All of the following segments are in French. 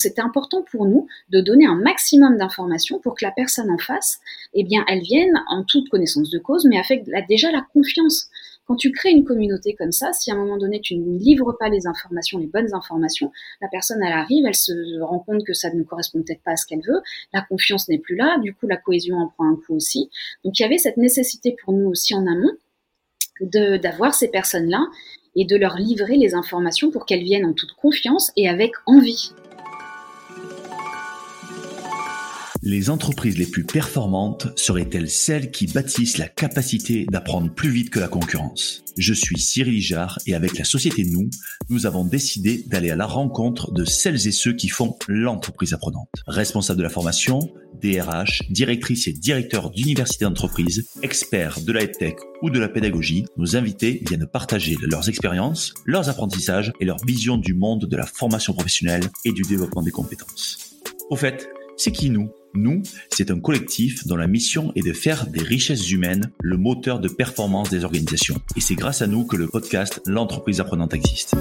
C'était important pour nous de donner un maximum d'informations pour que la personne en face, elle vienne en toute connaissance de cause, mais avec déjà la confiance. Quand tu crées une communauté comme ça, si à un moment donné tu ne livres pas les informations, les bonnes informations, la personne elle arrive, elle se rend compte que ça ne correspond peut-être pas à ce qu'elle veut, la confiance n'est plus là, du coup la cohésion en prend un coup aussi. Donc il y avait cette nécessité pour nous aussi en amont d'avoir ces personnes-là et de leur livrer les informations pour qu'elles viennent en toute confiance et avec envie. Les entreprises les plus performantes seraient-elles celles qui bâtissent la capacité d'apprendre plus vite que la concurrence ? Je suis Cyril Ijard et avec la société nous avons décidé d'aller à la rencontre de celles et ceux qui font l'entreprise apprenante. Responsables de la formation, DRH, directrices et directeurs d'universités d'entreprise, experts de la EdTech ou de la pédagogie, nos invités viennent partager leurs expériences, leurs apprentissages et leur vision du monde de la formation professionnelle et du développement des compétences. Au fait, c'est qui nous ? Nous, c'est un collectif dont la mission est de faire des richesses humaines le moteur de performance des organisations. Et c'est grâce à nous que le podcast L'entreprise apprenante existe.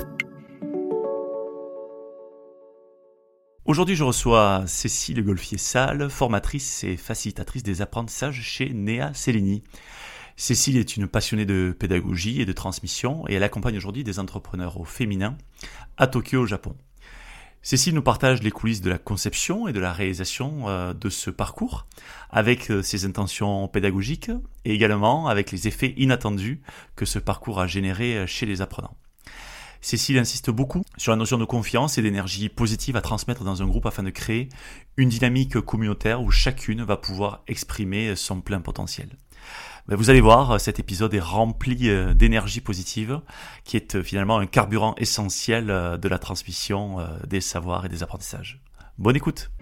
Aujourd'hui, je reçois Cécile Golfier-Salles, formatrice et facilitatrice des apprentissages chez Nea Cellini. Cécile est une passionnée de pédagogie et de transmission et elle accompagne aujourd'hui des entrepreneurs au féminin à Tokyo, au Japon. Cécile nous partage les coulisses de la conception et de la réalisation de ce parcours, avec ses intentions pédagogiques et également avec les effets inattendus que ce parcours a générés chez les apprenants. Cécile insiste beaucoup sur la notion de confiance et d'énergie positive à transmettre dans un groupe afin de créer une dynamique communautaire où chacune va pouvoir exprimer son plein potentiel. Vous allez voir, cet épisode est rempli d'énergie positive, qui est finalement un carburant essentiel de la transmission des savoirs et des apprentissages. Bonne écoute.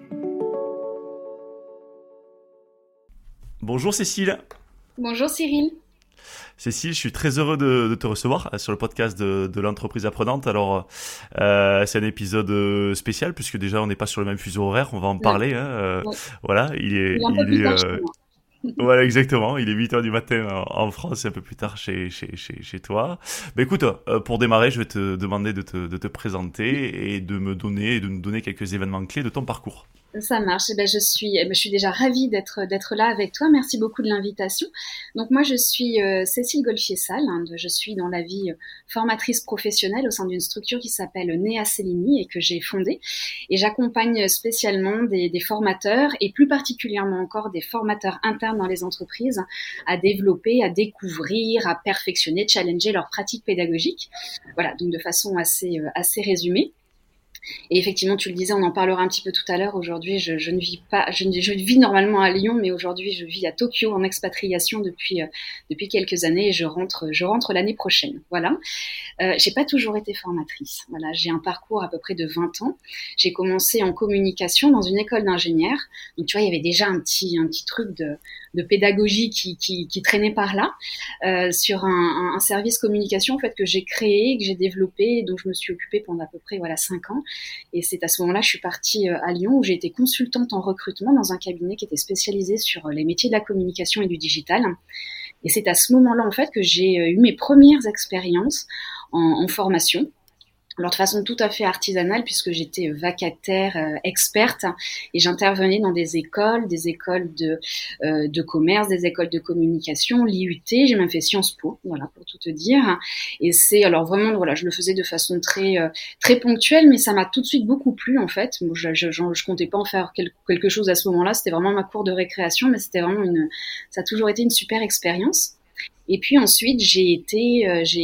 Bonjour Cécile. Bonjour Cyril. Cécile, je suis très heureux de te recevoir sur le podcast de l'entreprise apprenante. Alors, c'est un épisode spécial puisque déjà on n'est pas sur le même fuseau horaire, on va en parler. Ouais. Voilà, il est voilà, exactement. Il est 8h du matin en France, et un peu plus tard chez toi. Écoute, pour démarrer, je vais te demander de te présenter et de nous donner quelques événements clés de ton parcours. Ça marche. Je suis déjà ravie d'être là avec toi. Merci beaucoup de l'invitation. Donc moi, je suis Cécile Golfier-Salles. Je suis dans la vie formatrice professionnelle au sein d'une structure qui s'appelle Nea Cellini et que j'ai fondée. Et j'accompagne spécialement des formateurs et plus particulièrement encore des formateurs internes dans les entreprises à développer, à découvrir, à perfectionner, challenger leurs pratiques pédagogiques. Voilà, donc de façon assez résumée. Et effectivement, tu le disais, on en parlera un petit peu tout à l'heure. Aujourd'hui, je vis normalement à Lyon, mais aujourd'hui, je vis à Tokyo en expatriation depuis quelques années et je rentre l'année prochaine. Voilà. J'ai pas toujours été formatrice. Voilà, j'ai un parcours à peu près de 20 ans. J'ai commencé en communication dans une école d'ingénieurs. Donc, tu vois, il y avait déjà un petit truc de pédagogie qui traînait par là, sur un service communication en fait que j'ai créé, que j'ai développé, dont je me suis occupée pendant à peu près 5 ans. Et c'est à ce moment-là que je suis partie à Lyon où j'ai été consultante en recrutement dans un cabinet qui était spécialisé sur les métiers de la communication et du digital. Et c'est à ce moment-là en fait que j'ai eu mes premières expériences en formation. Alors de façon tout à fait artisanale puisque j'étais vacataire experte et j'intervenais dans des écoles de commerce, des écoles de communication, l'IUT, j'ai même fait Sciences Po, voilà pour tout te dire. Et c'est alors vraiment voilà, je le faisais de façon très ponctuelle, mais ça m'a tout de suite beaucoup plu en fait. Moi, je comptais pas en faire quelque chose à ce moment-là, c'était vraiment ma cour de récréation, mais c'était vraiment ça a toujours été une super expérience. Et puis ensuite, j'ai été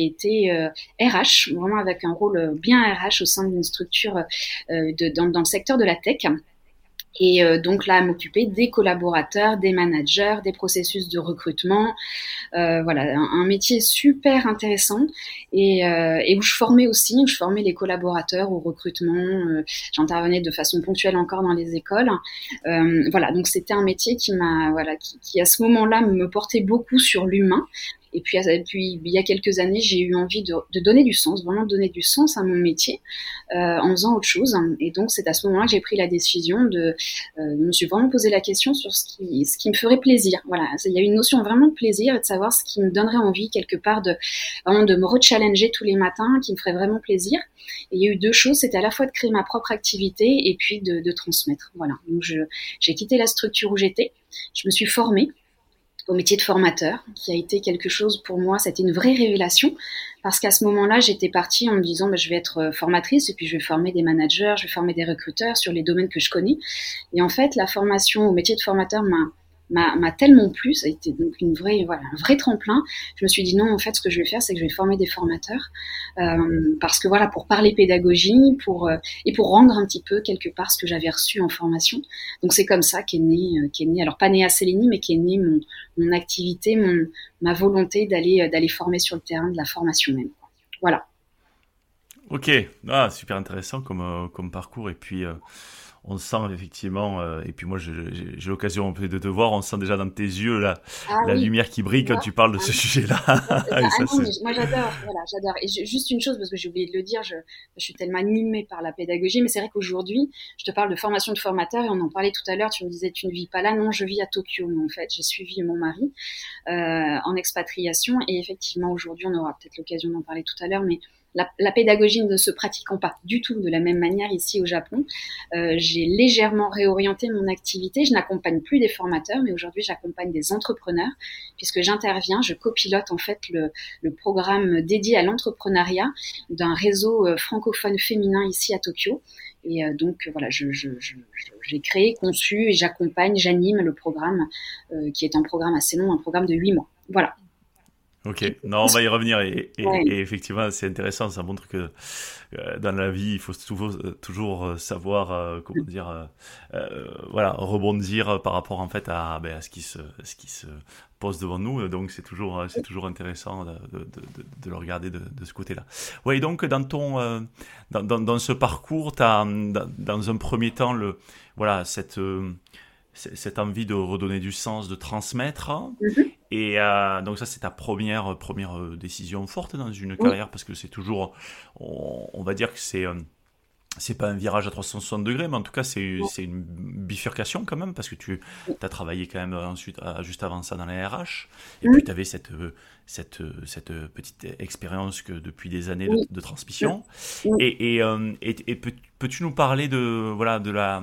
RH, vraiment avec un rôle bien RH au sein d'une structure dans le secteur de la tech. Et donc là, à m'occuper des collaborateurs, des managers, des processus de recrutement. Voilà, un métier super intéressant et où je formais les collaborateurs au recrutement. J'intervenais de façon ponctuelle encore dans les écoles. Voilà, donc c'était un métier qui à ce moment-là me portait beaucoup sur l'humain. Et puis il y a quelques années, j'ai eu envie de donner du sens, vraiment donner du sens à mon métier en faisant autre chose. Et donc c'est à ce moment-là que j'ai pris la décision je me suis vraiment posé la question sur ce qui me ferait plaisir. Voilà, il y a une notion vraiment de plaisir et de savoir ce qui me donnerait envie quelque part vraiment de me rechallenger tous les matins, qui me ferait vraiment plaisir. Et il y a eu deux choses, c'était à la fois de créer ma propre activité et puis de transmettre. Voilà, donc j'ai quitté la structure où j'étais, je me suis formée au métier de formateur, qui a été quelque chose pour moi, c'était une vraie révélation, parce qu'à ce moment-là, j'étais partie en me disant, je vais être formatrice, et puis je vais former des managers, je vais former des recruteurs sur les domaines que je connais. Et en fait, la formation au métier de formateur m'a tellement plu, ça a été donc un vrai tremplin. Je me suis dit non, en fait, ce que je vais faire, c'est que je vais former des formateurs, parce que voilà, pour parler pédagogie, et pour rendre un petit peu quelque part ce que j'avais reçu en formation. Donc c'est comme ça qu'est né, alors pas Néa Cellini, mais qu'est née mon activité, ma volonté d'aller former sur le terrain de la formation même. Voilà. Ok, super intéressant comme parcours. Et puis on sent effectivement, et puis moi j'ai l'occasion un peu de te voir, on sent déjà dans tes yeux la Oui. lumière qui brille quand tu parles de ce sujet-là. Et ça, Non, mais moi j'adore, voilà, j'adore. Et juste une chose, parce que j'ai oublié de le dire, je suis tellement animée par la pédagogie, mais c'est vrai qu'aujourd'hui, je te parle de formation de formateur, et on en parlait tout à l'heure, tu me disais tu ne vis pas là, non, je vis à Tokyo, en fait, j'ai suivi mon mari en expatriation, et effectivement aujourd'hui, on aura peut-être l'occasion d'en parler tout à l'heure, mais la pédagogie ne se pratiquant pas du tout de la même manière ici au Japon, j'ai légèrement réorienté mon activité. Je n'accompagne plus des formateurs, mais aujourd'hui j'accompagne des entrepreneurs, puisque je copilote en fait le programme dédié à l'entrepreneuriat d'un réseau francophone féminin ici à Tokyo. Et donc voilà, j'ai créé, conçu et j'anime le programme qui est un programme assez long, un programme de 8 mois. Voilà. Ok, non, on va y revenir Ouais. et effectivement c'est intéressant, ça montre que dans la vie il faut toujours savoir comment dire voilà rebondir par rapport en fait à ce qui se pose devant nous, donc c'est toujours intéressant de le regarder de ce côté-là. Ouais, et donc dans ton dans ce parcours t'as dans un premier temps voilà cette envie de redonner du sens, de transmettre. Mhm. Et donc ça, c'est ta première décision forte dans une Oui. carrière, parce que c'est toujours, on va dire que c'est pas un virage à 360 degrés, mais en tout cas, c'est une bifurcation quand même, parce que tu as travaillé quand même ensuite, juste avant ça dans la RH, et puis Mhm. tu avais cette petite expérience que depuis des années Oui. de transmission. Oui. Et peux-tu nous parler voilà,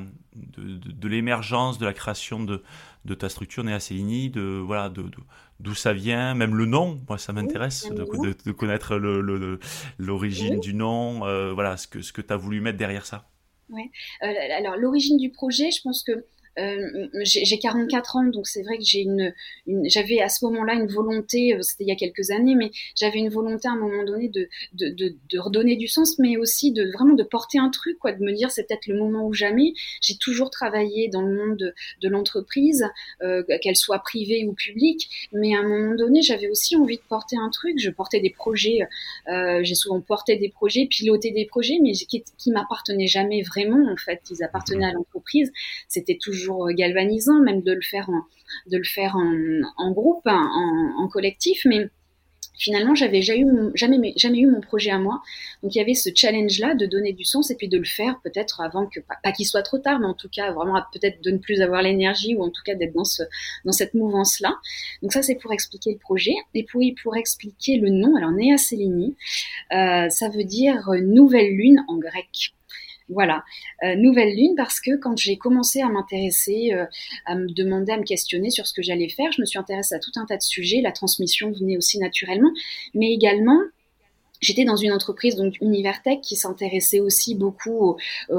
de l'émergence, de la création de ta structure Néa Cellini, voilà, d'où ça vient, même le nom, moi ça m'intéresse de connaître l'origine Oui. du nom, voilà, ce que tu as voulu mettre derrière ça. Ouais. Alors l'origine du projet, je pense que j'ai 44 ans, donc c'est vrai que j'avais à ce moment-là une volonté, c'était il y a quelques années, mais j'avais une volonté à un moment donné de redonner du sens, mais aussi vraiment de porter un truc, quoi, de me dire c'est peut-être le moment ou jamais. J'ai toujours travaillé dans le monde de l'entreprise, qu'elle soit privée ou publique, mais à un moment donné, j'avais aussi envie de porter un truc. Je portais des projets, j'ai souvent porté des projets, piloté des projets, mais qui m'appartenaient jamais vraiment, en fait. Ils appartenaient à l'entreprise. C'était toujours galvanisant, même de le faire en groupe, en collectif, mais finalement, j'avais jamais eu mon projet à moi. Donc, il y avait ce challenge-là de donner du sens et puis de le faire peut-être avant pas qu'il soit trop tard, mais en tout cas, vraiment, peut-être de ne plus avoir l'énergie ou en tout cas d'être dans cette mouvance-là. Donc, ça, c'est pour expliquer le projet. Et puis, pour expliquer le nom, alors, Néa Cellini, ça veut dire nouvelle lune en grec. Voilà, nouvelle lune parce que quand j'ai commencé à m'intéresser, à me demander, à me questionner sur ce que j'allais faire, je me suis intéressée à tout un tas de sujets. La transmission venait aussi naturellement, mais également j'étais dans une entreprise, donc Univertech, qui s'intéressait aussi beaucoup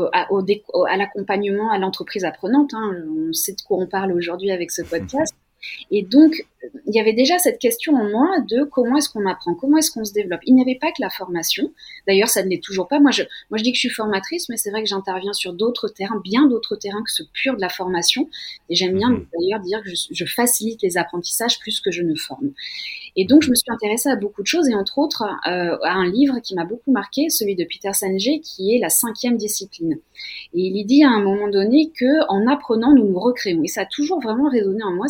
à l'accompagnement à l'entreprise apprenante. Hein. On sait de quoi on parle aujourd'hui avec ce podcast. Et donc, il y avait déjà cette question en moi de comment est-ce qu'on apprend, comment est-ce qu'on se développe. Il n'y avait pas que la formation. D'ailleurs, ça ne l'est toujours pas. Moi, je dis que je suis formatrice, mais c'est vrai que j'interviens sur d'autres terrains, bien d'autres terrains que ce pur de la formation. Et j'aime bien d'ailleurs dire que je facilite les apprentissages plus que je ne forme. Et donc, je me suis intéressée à beaucoup de choses, et entre autres à un livre qui m'a beaucoup marqué, celui de Peter Senge, qui est La 5e discipline. Et il y dit à un moment donné que en apprenant, nous nous recréons. Et ça a toujours vraiment résonné en moi, cette phrase.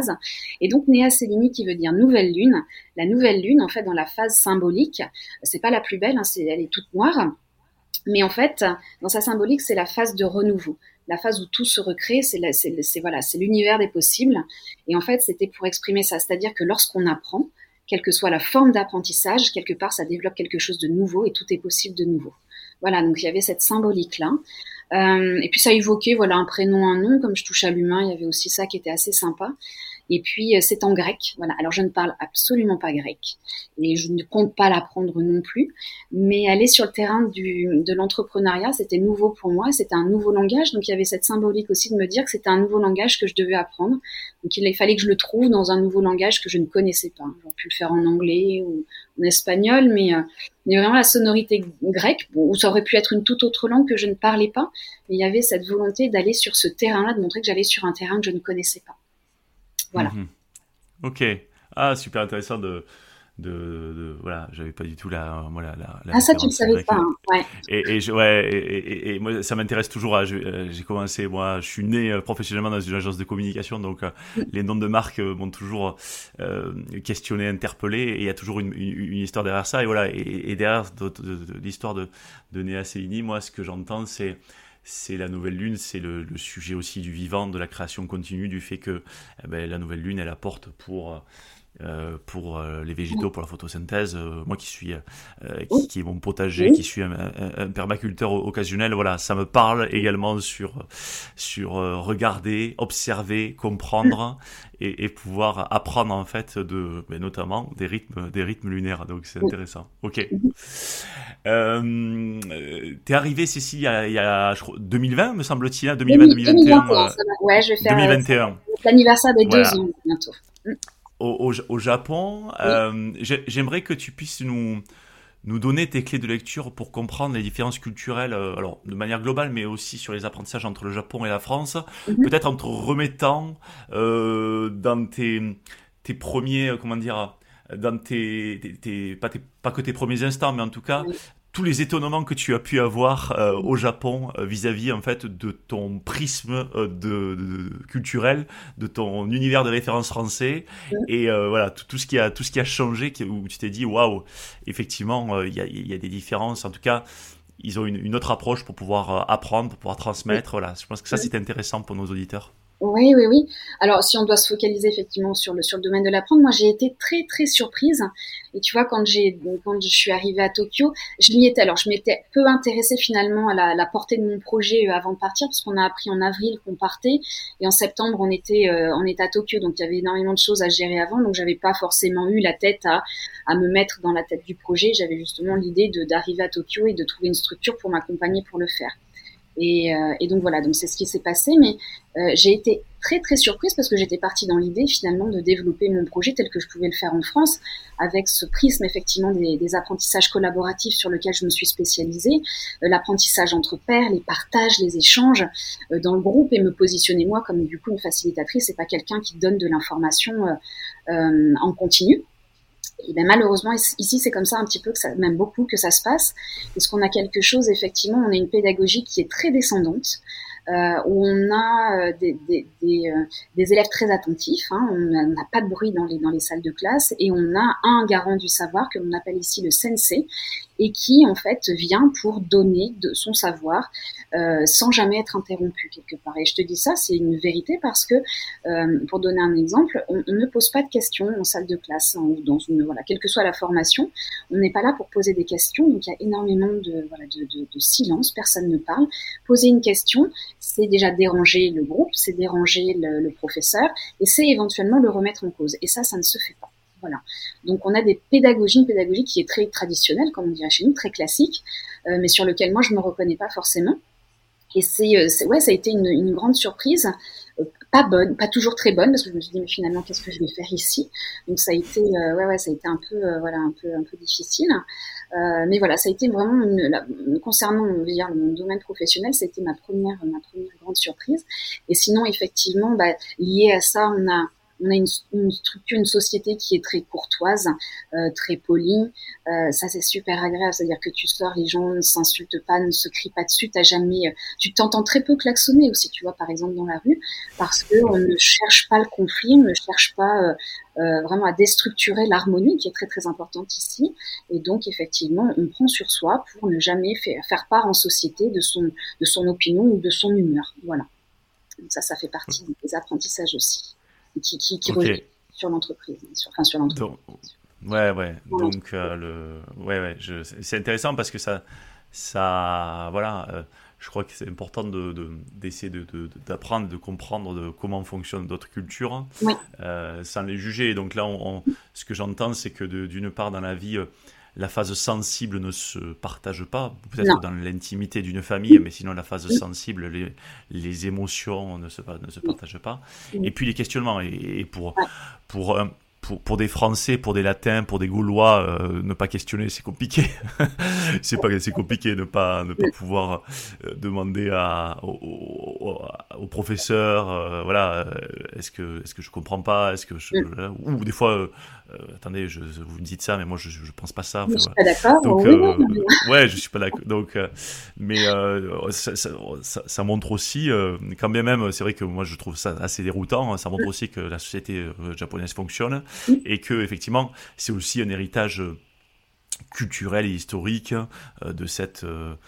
phase. Et donc Nea Selini qui veut dire nouvelle lune. La nouvelle lune, en fait, dans la phase symbolique, c'est pas la plus belle, hein, elle est toute noire. Mais en fait, dans sa symbolique, c'est la phase de renouveau. La phase où tout se recrée, c'est l'univers des possibles. Et en fait, c'était pour exprimer ça. C'est-à-dire que lorsqu'on apprend, quelle que soit la forme d'apprentissage, quelque part, ça développe quelque chose de nouveau et tout est possible de nouveau. Voilà, donc il y avait cette symbolique-là. Et puis ça évoquait, voilà, un prénom, un nom. Comme je touche à l'humain, il y avait aussi ça qui était assez sympa. Et puis c'est en grec. Voilà. Alors je ne parle absolument pas grec et je ne compte pas l'apprendre non plus. Mais aller sur le terrain de l'entrepreneuriat, c'était nouveau pour moi. C'était un nouveau langage. Donc il y avait cette symbolique aussi de me dire que c'était un nouveau langage que je devais apprendre. Donc il fallait que je le trouve dans un nouveau langage que je ne connaissais pas. J'aurais pu le faire en anglais ou en espagnol, mais vraiment la sonorité grecque, bon, ou ça aurait pu être une toute autre langue que je ne parlais pas. Mais il y avait cette volonté d'aller sur ce terrain-là, de montrer que j'allais sur un terrain que je ne connaissais pas. Voilà. Ok. Ah, super intéressant voilà, j'avais pas du tout la ah, ça, tu ne savais pas, hein. Ouais. Et moi, ça m'intéresse toujours. J'ai commencé, moi, je suis né professionnellement dans une agence de communication, donc les noms de marques m'ont toujours questionné, interpellé, et il y a toujours une histoire derrière ça. Et voilà, et derrière l'histoire de Nea Selini, moi, ce que j'entends, c'est la nouvelle lune, c'est le sujet aussi du vivant, de la création continue, du fait que la nouvelle lune, elle apporte pour les végétaux, pour la photosynthèse. Moi qui est mon potager, qui suis un permaculteur occasionnel, voilà, ça me parle également sur regarder, observer, comprendre et pouvoir apprendre en fait notamment des rythmes lunaires. Donc c'est intéressant. Ok. T'es arrivé, Cécile, il y a je crois, 2020, me semble-t-il, hein, 2020-2021. Ouais, je vais faire 2021. L'anniversaire des 2 voilà. ans bientôt. Au Japon, j'aimerais que tu puisses nous donner tes clés de lecture pour comprendre les différences culturelles, alors de manière globale, mais aussi sur les apprentissages entre le Japon et la France. Peut-être en te remettant dans tes premiers, comment dire, dans pas que tes premiers instants, mais en tout cas tous les étonnements que tu as pu avoir au Japon vis-à-vis en fait de ton prisme culturel, de ton univers de référence français, et voilà tout ce qui a changé, où tu t'es dit waouh, effectivement il y a des différences. En tout cas, ils ont une autre approche pour pouvoir apprendre, pour pouvoir transmettre. Voilà, je pense que ça c'est intéressant pour nos auditeurs. Oui. Alors, si on doit se focaliser effectivement sur le domaine de l'apprendre, moi j'ai été très très surprise. Et tu vois, quand je suis arrivée à Tokyo, je m'étais peu intéressée finalement à la portée de mon projet avant de partir, parce qu'on a appris en avril qu'on partait, et en septembre on était à Tokyo, donc il y avait énormément de choses à gérer avant, donc j'avais pas forcément eu la tête à me mettre dans la tête du projet. J'avais justement l'idée d'arriver à Tokyo et de trouver une structure pour m'accompagner pour le faire. Et donc voilà, donc c'est ce qui s'est passé, mais j'ai été très très surprise parce que j'étais partie dans l'idée finalement de développer mon projet tel que je pouvais le faire en France, avec ce prisme effectivement des apprentissages collaboratifs sur lequel je me suis spécialisée, l'apprentissage entre pairs, les partages, les échanges dans le groupe, et me positionner moi comme du coup une facilitatrice et pas quelqu'un qui donne de l'information en continu. Et bien malheureusement ici c'est comme ça un petit peu, même beaucoup, que ça se passe, parce qu'on a quelque chose, effectivement, on a une pédagogie qui est très descendante, où on a des élèves très attentifs, hein, on n'a pas de bruit dans les salles de classe, et on a un garant du savoir que l'on appelle ici le sensei, et qui en fait vient pour donner de son savoir sans jamais être interrompu quelque part. Et je te dis ça, c'est une vérité, parce que pour donner un exemple, on ne pose pas de questions en salle de classe, hein, ou quelle que soit la formation, on n'est pas là pour poser des questions. Donc il y a énormément de silence, personne ne parle. Poser une question, c'est déjà déranger le groupe, c'est déranger le professeur, et c'est éventuellement le remettre en cause. Et ça ne se fait pas. Voilà. Donc on a une pédagogie qui est très traditionnelle, comme on dirait chez nous, très classique, mais sur lequel moi je me reconnais pas forcément. Et ça a été une grande surprise, pas bonne, pas toujours très bonne, parce que je me suis dit mais finalement qu'est-ce que je vais faire ici. Donc ça a été ça a été un peu difficile. Mais voilà, ça a été vraiment concernant, on va dire, mon domaine professionnel, ça a été ma première grande surprise. Et sinon, effectivement, lié à ça, on a une structure, une société qui est très courtoise, très polie. Ça, c'est super agréable. C'est-à-dire que tu sors, les gens ne s'insultent pas, ne se crient pas dessus. Tu t'entends très peu klaxonner aussi, tu vois, par exemple dans la rue, parce que on ne cherche pas le conflit, on ne cherche pas vraiment à déstructurer l'harmonie qui est très très importante ici. Et donc effectivement, on prend sur soi pour ne jamais faire part en société de son opinion ou de son humeur. Voilà. Donc ça fait partie des apprentissages aussi, qui revient sur l'entreprise, sur l'entreprise. Ouais. Donc, c'est intéressant parce que voilà, je crois que c'est important d'essayer d'apprendre, de comprendre comment fonctionnent d'autres cultures, Oui. Sans les juger. Donc là, ce que j'entends, c'est que d'une part dans la vie, la phase sensible ne se partage pas, peut-être dans l'intimité d'une famille, mais sinon la phase sensible, les émotions ne se partagent pas. Et puis les questionnements. Et pour des Français, pour des Latins, pour des Gaulois, ne pas questionner, c'est compliqué. C'est compliqué de ne pas pouvoir demander au professeur, voilà, est-ce que je comprends pas, ou des fois, attendez, vous me dites ça, mais moi je pense pas ça. Je suis pas d'accord. Donc, oui. je suis pas d'accord. Donc, mais ça montre aussi, quand bien même, c'est vrai que moi je trouve ça assez déroutant. Ça montre aussi que la société japonaise fonctionne. Et que effectivement c'est aussi un héritage culturel et historique de cette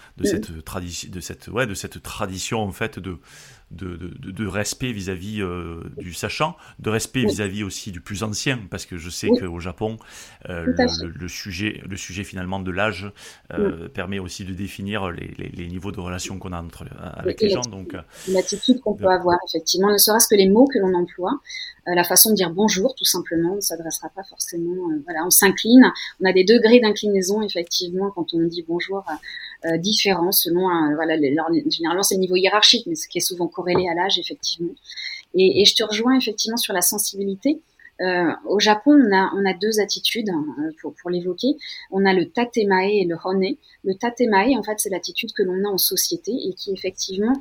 tradition en fait de respect vis-à-vis du sachant, de respect vis-à-vis aussi du plus ancien, parce que je sais qu'au Japon le sujet finalement de l'âge permet aussi de définir les niveaux de relations qu'on a avec les gens. Donc l'attitude qu'on peut avoir effectivement, ne serait-ce que les mots que l'on emploie, la façon de dire bonjour tout simplement, on ne s'adressera pas forcément, voilà, on s'incline, on a des degrés d'inclinaison effectivement quand on dit bonjour différents selon voilà, généralement c'est le niveau hiérarchique, mais ce qui est souvent corrélé à l'âge effectivement. Et je te rejoins effectivement sur la sensibilité. Au Japon, on a deux attitudes pour l'évoquer. On a le tatemae et le hone. Le tatemae, en fait, c'est l'attitude que l'on a en société et qui effectivement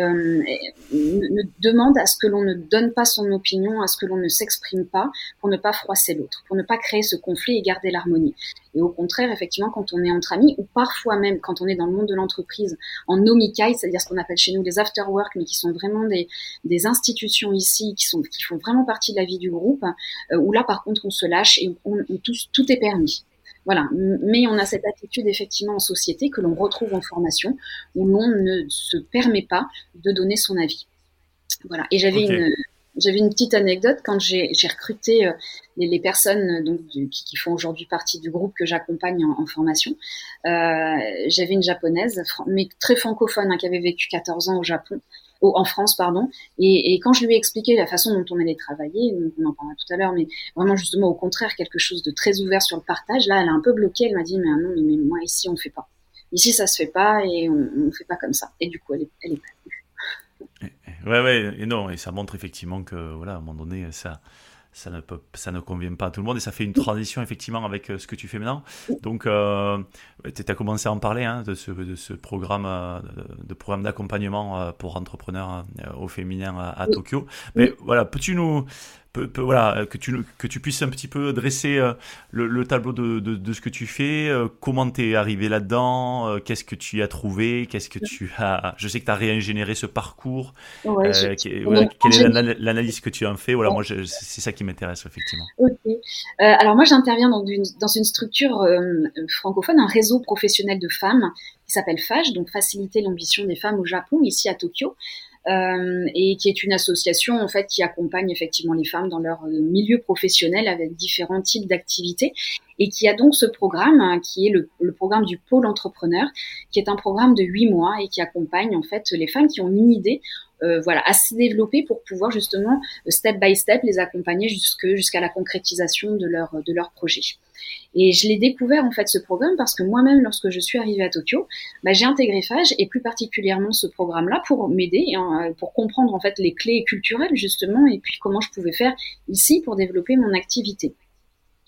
demande à ce que l'on ne donne pas son opinion, à ce que l'on ne s'exprime pas, pour ne pas froisser l'autre, pour ne pas créer ce conflit et garder l'harmonie. Et au contraire, effectivement, quand on est entre amis, ou parfois même quand on est dans le monde de l'entreprise, en nomikai, c'est-à-dire ce qu'on appelle chez nous les after-work, mais qui sont vraiment des institutions ici, qui font vraiment partie de la vie du groupe, où là, par contre, on se lâche et tout est permis. Voilà, mais on a cette attitude effectivement en société que l'on retrouve en formation, où l'on ne se permet pas de donner son avis. Voilà. Et j'avais une petite anecdote quand j'ai recruté les personnes donc qui font aujourd'hui partie du groupe que j'accompagne en formation. J'avais une japonaise, mais très francophone, qui avait vécu 14 ans en France, pardon. Et quand je lui ai expliqué la façon dont on allait travailler, donc on en parlera tout à l'heure, mais vraiment justement au contraire quelque chose de très ouvert sur le partage, là elle a un peu bloqué, elle m'a dit mais non, mais moi ici on fait pas. Ici ça se fait pas et on fait pas comme ça. Et du coup elle est pas venue. Ouais, et non, et ça montre effectivement que voilà, à un moment donné ça ne convient pas à tout le monde et ça fait une transition effectivement avec ce que tu fais maintenant. Donc, tu as commencé à en parler de ce programme, de programme d'accompagnement pour entrepreneurs au féminin à Tokyo. Mais voilà, peux-tu nous voilà, que tu puisses un petit peu dresser le tableau de ce que tu fais, comment tu es arrivé là-dedans, qu'est-ce que tu as trouvé, qu'est-ce que tu as... Je sais que tu as réingénéré ce parcours, quelle est l'analyse que tu en fais, voilà, moi c'est ça qui m'intéresse effectivement. Ok. Alors moi j'interviens dans une structure francophone, un réseau professionnel de femmes qui s'appelle FAGE, donc Faciliter l'ambition des femmes au Japon, ici à Tokyo. Et qui est une association en fait qui accompagne effectivement les femmes dans leur milieu professionnel avec différents types d'activités et qui a donc ce programme qui est le programme du pôle entrepreneur, qui est un programme de 8 mois et qui accompagne en fait les femmes qui ont une idée assez développée pour pouvoir justement step by step les accompagner jusqu'à la concrétisation de leur projet. Et je l'ai découvert en fait ce programme parce que moi-même lorsque je suis arrivée à Tokyo, j'ai intégré FAGE et plus particulièrement ce programme-là pour m'aider, pour comprendre en fait les clés culturelles justement et puis comment je pouvais faire ici pour développer mon activité.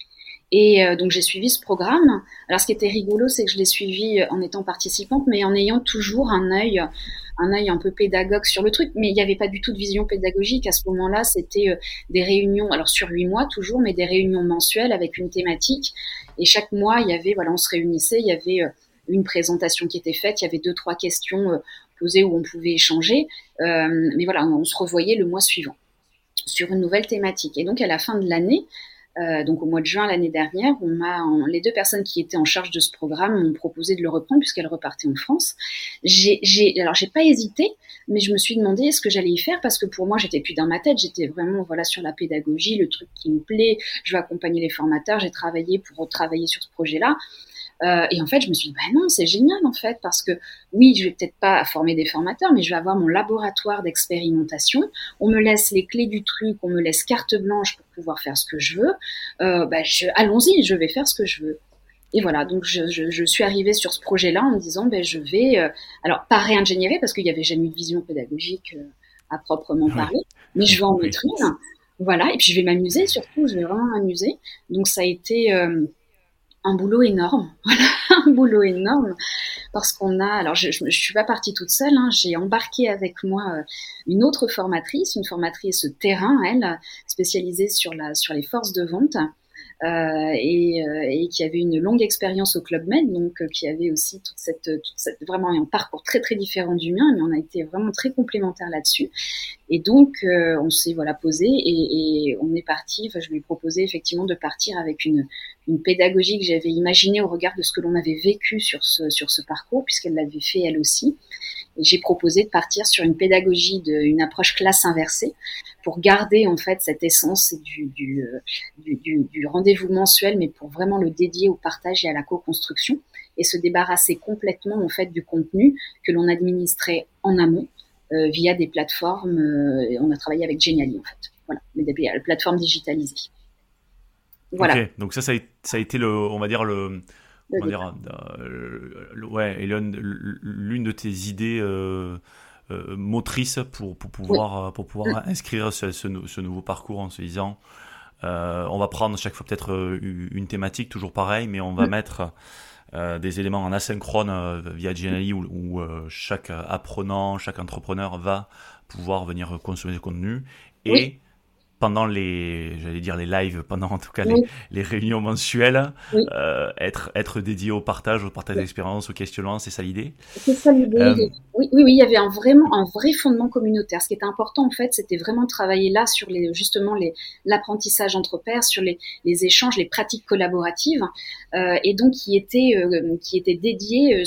Et donc j'ai suivi ce programme. Alors ce qui était rigolo, c'est que je l'ai suivi en étant participante, mais en ayant toujours un œil un peu pédagogue sur le truc. Mais il n'y avait pas du tout de vision pédagogique à ce moment-là. C'était des réunions, alors sur 8 mois toujours, mais des réunions mensuelles avec une thématique. Et chaque mois, il y avait, voilà, on se réunissait, il y avait une présentation qui était faite, il y avait 2-3 questions posées où on pouvait échanger. Mais voilà, on se revoyait le mois suivant sur une nouvelle thématique. Et donc à la fin de l'année, donc au mois de juin l'année dernière, les 2 personnes qui étaient en charge de ce programme m'ont proposé de le reprendre puisqu'elles repartaient en France. Alors j'ai pas hésité, mais je me suis demandé est-ce que j'allais y faire parce que pour moi j'étais plus dans ma tête, j'étais vraiment voilà sur la pédagogie, le truc qui me plaît. Je veux accompagner les formateurs, j'ai travaillé pour travailler sur ce projet-là. Et en fait, je me suis dit, bah non, c'est génial en fait, parce que oui, je vais peut-être pas former des formateurs, mais je vais avoir mon laboratoire d'expérimentation. On me laisse les clés du truc, on me laisse carte blanche pour pouvoir faire ce que je veux. Allons-y, je vais faire ce que je veux. Et voilà, donc je suis arrivée sur ce projet-là en me disant, ben je vais, alors pas réingénierer parce qu'il n'y avait jamais eu de vision pédagogique à proprement parler, mais je vais en mettre une. Voilà, et puis je vais m'amuser surtout, je vais vraiment m'amuser. Donc ça a été un boulot énorme, voilà, un boulot énorme, parce alors je suis pas partie toute seule, hein, j'ai embarqué avec moi une autre formatrice, une formatrice terrain, elle, spécialisée sur les forces de vente, et qui avait une longue expérience au Club Med, donc qui avait aussi toute cette vraiment un parcours très très différent du mien, mais on a été vraiment très complémentaires là-dessus. Et donc on s'est voilà posé et on est parti. Enfin, je lui ai proposé effectivement de partir avec une pédagogie que j'avais imaginée au regard de ce que l'on avait vécu sur ce parcours, puisqu'elle l'avait fait elle aussi. Et j'ai proposé de partir sur une pédagogie, une approche classe inversée, pour garder en fait cette essence du rendez-vous mensuel, mais pour vraiment le dédier au partage et à la co-construction, et se débarrasser complètement en fait du contenu que l'on administrait en amont via des plateformes. On a travaillé avec Geniali en fait, voilà, des plateformes digitalisées. Voilà. Ok, donc ça a été on va dire ouais, et l'une de tes idées motrices pour pouvoir inscrire ce nouveau parcours en se disant on va prendre chaque fois peut-être une thématique toujours pareil, mais on va mettre des éléments en asynchrone via Geniali où chaque apprenant, chaque entrepreneur va pouvoir venir consommer du contenu et pendant j'allais dire les lives, pendant en tout cas les réunions mensuelles, être dédié au partage d'expériences, au questionnement, c'est ça l'idée? C'est ça l'idée. Oui, il y avait un vrai fondement communautaire. Ce qui était important en fait, c'était vraiment de travailler là sur l'apprentissage entre pairs, sur les échanges, les pratiques collaboratives, et donc qui était dédié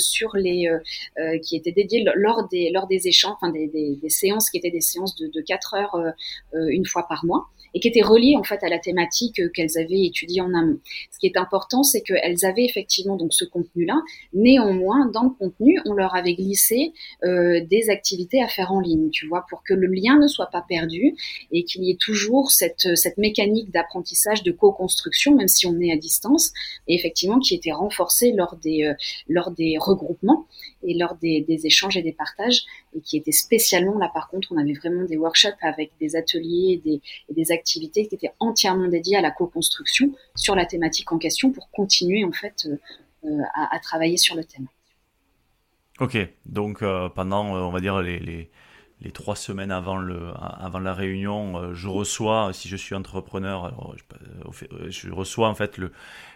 lors des échanges, enfin des séances qui étaient des séances de 4 heures une fois par mois, et qui étaient reliées en fait à la thématique qu'elles avaient étudiée en amont. Ce qui est important, c'est qu'elles avaient effectivement donc ce contenu-là. Néanmoins, dans le contenu, on leur avait glissé des activités à faire en ligne, tu vois, pour que le lien ne soit pas perdu et qu'il y ait toujours cette mécanique d'apprentissage, de co-construction, même si on est à distance, et effectivement qui était renforcée lors des regroupements et lors des échanges et des partages, et qui était spécialement là. Par contre, on avait vraiment des workshops avec des ateliers et des activités qui étaient entièrement dédiées à la co-construction sur la thématique en question pour continuer en fait à travailler sur le thème. Ok, donc pendant on va dire les 3 semaines avant la réunion, je reçois, si je suis entrepreneur, alors, je reçois en fait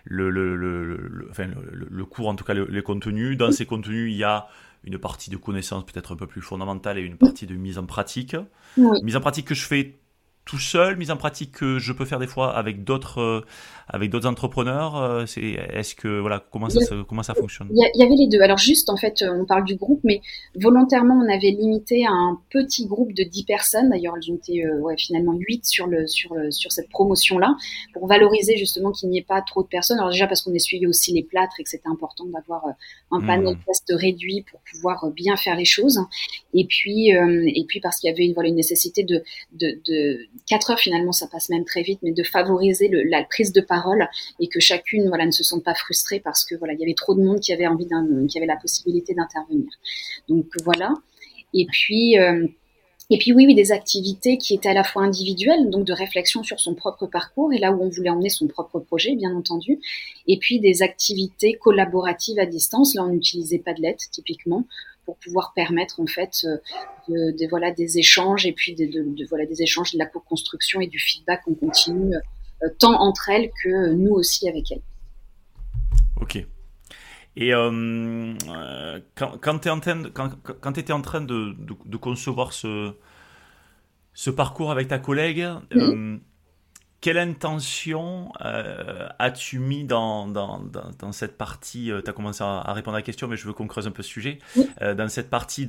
le cours, en tout cas les contenus. Dans ces contenus, il y a une partie de connaissances peut-être un peu plus fondamentale et une partie de mise en pratique. Oui. Mise en pratique que je fais tout seul, mise en pratique que je peux faire des fois avec d'autres entrepreneurs. Est-ce que voilà comment ça fonctionne? Il y avait les deux. Alors juste en fait, on parle du groupe, mais volontairement on avait limité à un petit groupe de 10 personnes. D'ailleurs, elles ont été finalement 8 sur cette promotion-là, pour valoriser justement qu'il n'y ait pas trop de personnes. Alors déjà parce qu'on essuyait aussi les plâtres et que c'était important d'avoir un panel test réduit pour pouvoir bien faire les choses. Et puis parce qu'il y avait une nécessité de 4 heures, finalement ça passe même très vite, mais de favoriser la prise de parole et que chacune ne se sente pas frustrée parce que il y avait trop de monde qui avait qui avait la possibilité d'intervenir. Donc voilà. Et puis Et puis oui, des activités qui étaient à la fois individuelles, donc de réflexion sur son propre parcours et là où on voulait emmener son propre projet, bien entendu. Et puis des activités collaboratives à distance. Là, on n'utilisait pas de lettres, typiquement, pour pouvoir permettre en fait des échanges et puis des échanges, de la co-construction et du feedback en continu, tant entre elles que nous aussi avec elles. Ok. Et quand tu étais en train de concevoir ce parcours avec ta collègue, quelle intention as-tu mis dans cette partie tu as commencé à répondre à la question, mais je veux qu'on creuse un peu ce sujet. Dans cette partie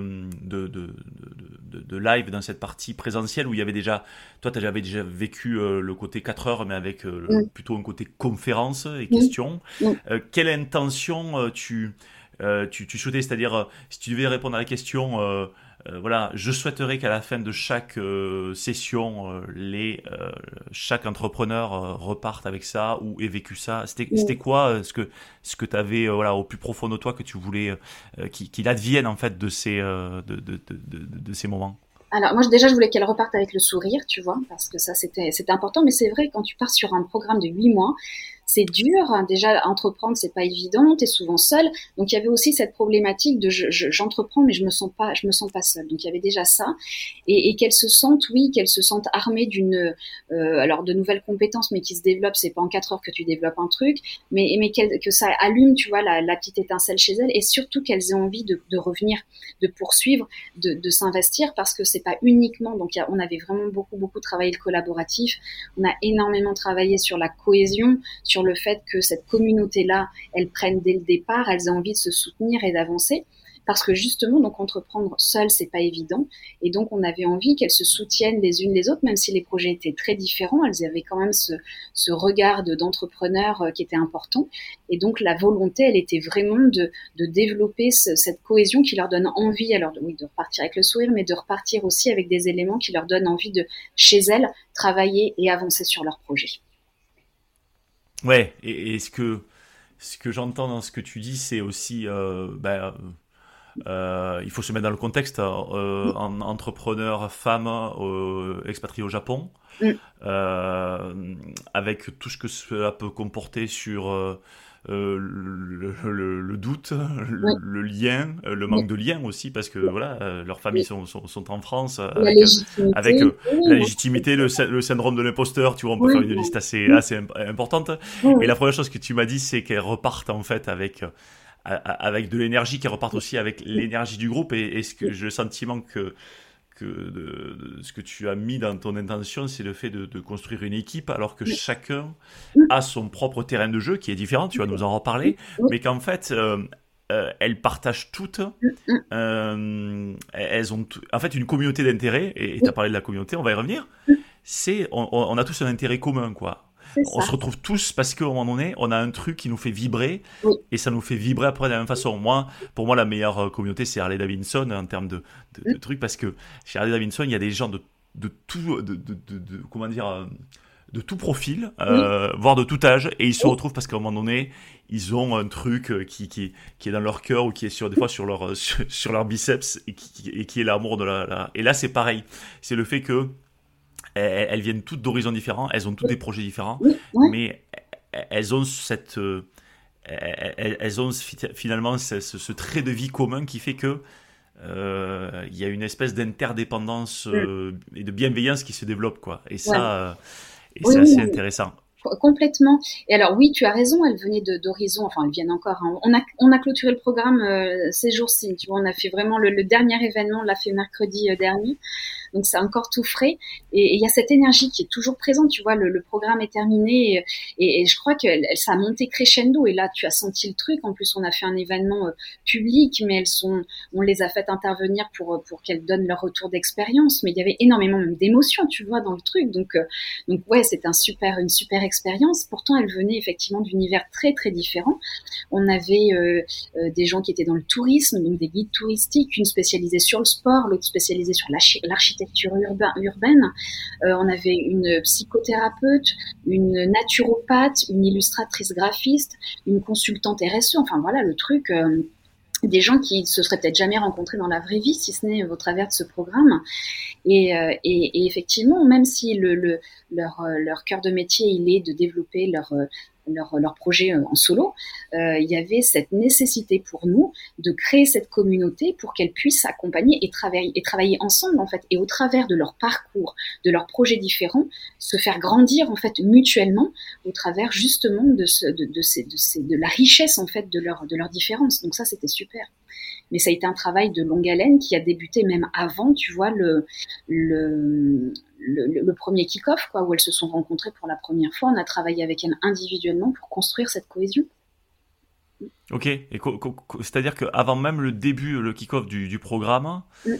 de live, dans cette partie présentielle où il y avait déjà, toi, tu avais déjà vécu le côté 4 heures, mais avec plutôt un côté conférence et questions. Quelle intention tu souhaitais, c'est-à-dire si tu devais répondre à la question, voilà, je souhaiterais qu'à la fin de chaque session, chaque entrepreneur reparte avec ça ou ait vécu ça. C'était quoi ce que tu avais voilà, au plus profond de toi que tu voulais qu'il advienne en fait de ces moments? Alors moi déjà je voulais qu'elle reparte avec le sourire, tu vois, parce que ça c'était important, mais c'est vrai quand tu pars sur un programme de 8 mois, c'est dur. Déjà entreprendre c'est pas évident, t'es souvent seule. Donc il y avait aussi cette problématique de j'entreprends mais je me sens pas seule. Donc il y avait déjà ça et qu'elle se sente armée d'une alors de nouvelles compétences mais qui se développent. C'est pas en 4 heures que tu développes un truc, mais que ça allume, tu vois, la petite étincelle chez elles et surtout qu'elles aient envie de revenir, de poursuivre, de s'investir parce que c'est pas uniquement, donc on avait vraiment beaucoup travaillé le collaboratif, on a énormément travaillé sur la cohésion, sur le fait que cette communauté-là, elle prenne dès le départ, elles aient envie de se soutenir et d'avancer, parce que justement, donc entreprendre seul, c'est pas évident, et donc on avait envie qu'elles se soutiennent les unes les autres, même si les projets étaient très différents, elles avaient quand même ce regard d'entrepreneur qui était important, et donc la volonté, elle était vraiment de développer cette cohésion qui leur donne envie, alors oui, de repartir avec le sourire, mais de repartir aussi avec des éléments qui leur donnent envie de, chez elles, travailler et avancer sur leur projet. Ouais, et ce que j'entends dans ce que tu dis, c'est aussi il faut se mettre dans le contexte, en entrepreneur femme expatriée au Japon, avec tout ce que cela peut comporter sur le doute, le lien, le manque de lien aussi, parce que voilà, leurs familles sont en France, avec la légitimité, le syndrome de l'imposteur, tu vois, on peut faire une liste assez importante. Et la première chose que tu m'as dit, c'est qu'elles repartent en fait avec de l'énergie, qui repartent aussi avec l'énergie du groupe, et ce que j'ai le sentiment que ce que tu as mis dans ton intention, c'est le fait de construire une équipe, alors que chacun a son propre terrain de jeu qui est différent, tu vas nous en reparler, mais qu'en fait elles partagent toutes, elles ont en fait une communauté d'intérêts, et tu as parlé de la communauté, on va y revenir, on a tous un intérêt commun, quoi. On se retrouve tous parce qu'à un moment donné, on a un truc qui nous fait vibrer, et ça nous fait vibrer après de la même façon. Pour moi, la meilleure communauté, c'est Harley Davidson en termes de trucs, parce que chez Harley Davidson, il y a des gens de tout, comment dire, de tout profil, voire de tout âge, et ils se retrouvent parce qu'à un moment donné, ils ont un truc qui est dans leur cœur, ou qui est des fois sur leur biceps, et qui est l'amour de la. Et là, c'est pareil. C'est le fait que elles viennent toutes d'horizons différents, elles ont toutes des projets différents, mais elles ont finalement ce trait de vie commun qui fait que il y a une espèce d'interdépendance et de bienveillance qui se développe, quoi. Et ça, c'est assez intéressant. Complètement. Et alors oui, tu as raison, elles venaient d'horizons, enfin elles viennent encore, hein. On a clôturé le programme ces jours-ci, tu vois, on a fait vraiment le dernier événement, on l'a fait mercredi dernier. Donc c'est encore tout frais, et il y a cette énergie qui est toujours présente, tu vois, le programme est terminé, et je crois que ça a monté crescendo, et là tu as senti le truc. En plus on a fait un événement public, mais on les a fait intervenir pour qu'elles donnent leur retour d'expérience, mais il y avait énormément même d'émotions, tu vois, dans le truc, donc ouais, c'est une super expérience. Pourtant elles venaient effectivement d'univers très très différents. On avait des gens qui étaient dans le tourisme, donc des guides touristiques, une spécialisée sur le sport, l'autre spécialisée sur l'architecture urbaine. On avait une psychothérapeute, une naturopathe, une illustratrice graphiste, une consultante RSE. Enfin voilà le truc. des gens qui ne se seraient peut-être jamais rencontrés dans la vraie vie, si ce n'est au travers de ce programme. Et effectivement, même si leur cœur de métier, il est de développer leur projet en solo, il y avait cette nécessité pour nous de créer cette communauté pour qu'elles puissent s'accompagner et travailler ensemble, en fait, et au travers de leur parcours, de leurs projets différents, se faire grandir, en fait, mutuellement, au travers, justement, de la richesse, en fait, de leurs différences. Donc ça, c'était super. Mais ça a été un travail de longue haleine qui a débuté même avant, tu vois, le premier kick-off, quoi, où elles se sont rencontrées pour la première fois. On a travaillé avec elles individuellement pour construire cette cohésion. Ok, et c'est-à-dire qu'avant même le début, le kick-off du programme,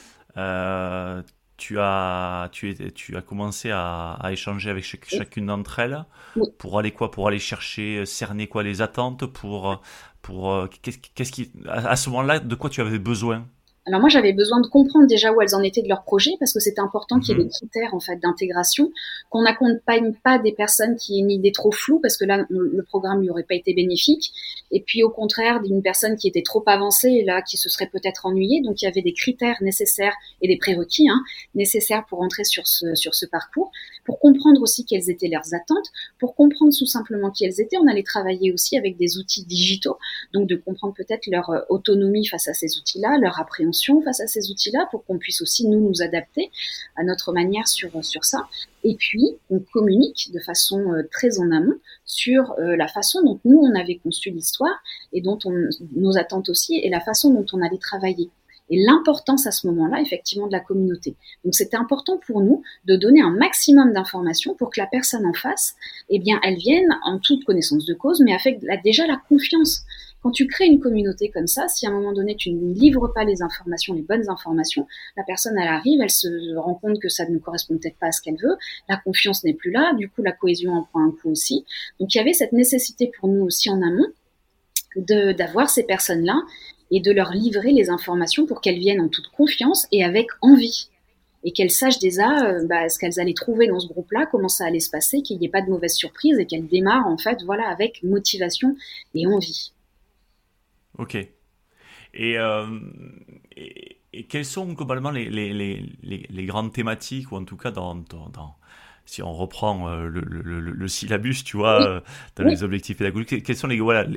tu as commencé à échanger avec chacune d'entre elles Oui. pour aller quoi? Pour aller chercher, cerner quoi les attentes, qu'est-ce qui, à ce moment-là, de quoi tu avais besoin? Alors moi, j'avais besoin de comprendre déjà où elles en étaient de leur projet, parce que c'était important qu'il y ait des critères en fait d'intégration, qu'on n'accompagne pas des personnes qui aient une idée trop floue, parce que là, le programme lui aurait pas été bénéfique. Et puis au contraire, d'une personne qui était trop avancée et là, qui se serait peut-être ennuyée. Donc il y avait des critères nécessaires et des prérequis nécessaires pour entrer sur ce parcours, pour comprendre aussi quelles étaient leurs attentes, pour comprendre tout simplement qui elles étaient. On allait travailler aussi avec des outils digitaux, donc de comprendre peut-être leur autonomie face à ces outils-là, leur appréhension face à ces outils-là, pour qu'on puisse aussi nous adapter à notre manière sur ça. Et puis, on communique de façon très en amont sur la façon dont nous, on avait conçu l'histoire et dont nos attentes aussi, et la façon dont on allait travailler. Et l'importance à ce moment-là, effectivement, de la communauté. Donc, c'était important pour nous de donner un maximum d'informations pour que la personne en face, eh bien, elle vienne en toute connaissance de cause, mais avec déjà la confiance. Quand tu crées une communauté comme ça, si à un moment donné, tu ne livres pas les informations, les bonnes informations, la personne, elle arrive, elle se rend compte que ça ne correspond peut-être pas à ce qu'elle veut, la confiance n'est plus là, du coup, la cohésion en prend un coup aussi. Donc, il y avait cette nécessité pour nous aussi en amont d'avoir ces personnes-là et de leur livrer les informations pour qu'elles viennent en toute confiance et avec envie. Et qu'elles sachent déjà ce qu'elles allaient trouver dans ce groupe-là, comment ça allait se passer, qu'il n'y ait pas de mauvaise surprise et qu'elles démarrent en fait, voilà, avec motivation et envie. Ok. Et quelles sont globalement les grandes thématiques, ou en tout cas si on reprend le syllabus, tu vois, Oui, dans oui. les objectifs pédagogiques, quels sont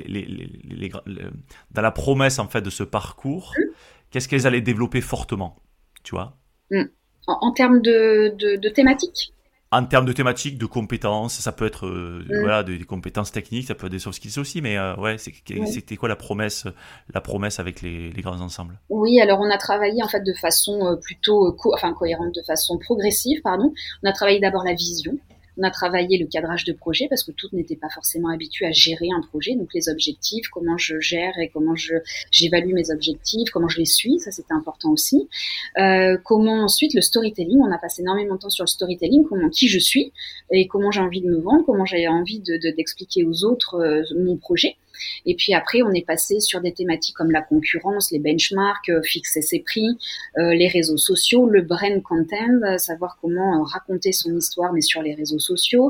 dans la promesse en fait de ce parcours, qu'est-ce qu'elles allaient développer fortement, tu vois? Mm. En termes de thématiques. En termes de thématiques, de compétences, ça peut être Mm. voilà des compétences techniques, ça peut être des soft skills aussi, mais ouais, Oui. c'était quoi la promesse avec les grands ensembles? Oui, alors on a travaillé en fait de façon plutôt cohérente, de façon progressive, pardon. On a travaillé d'abord la vision. On a travaillé le cadrage de projet parce que toutes n'étaient pas forcément habituées à gérer un projet. Donc les objectifs, comment je gère et comment j'évalue mes objectifs, comment je les suis, ça c'était important aussi. Comment ensuite le storytelling, on a passé énormément de temps sur le storytelling, qui je suis et comment j'ai envie de me vendre, comment j'ai envie d'expliquer aux autres mon projet. Et puis après, on est passé sur des thématiques comme la concurrence, les benchmarks, fixer ses prix, les réseaux sociaux, le brand content, savoir comment raconter son histoire, mais sur les réseaux sociaux.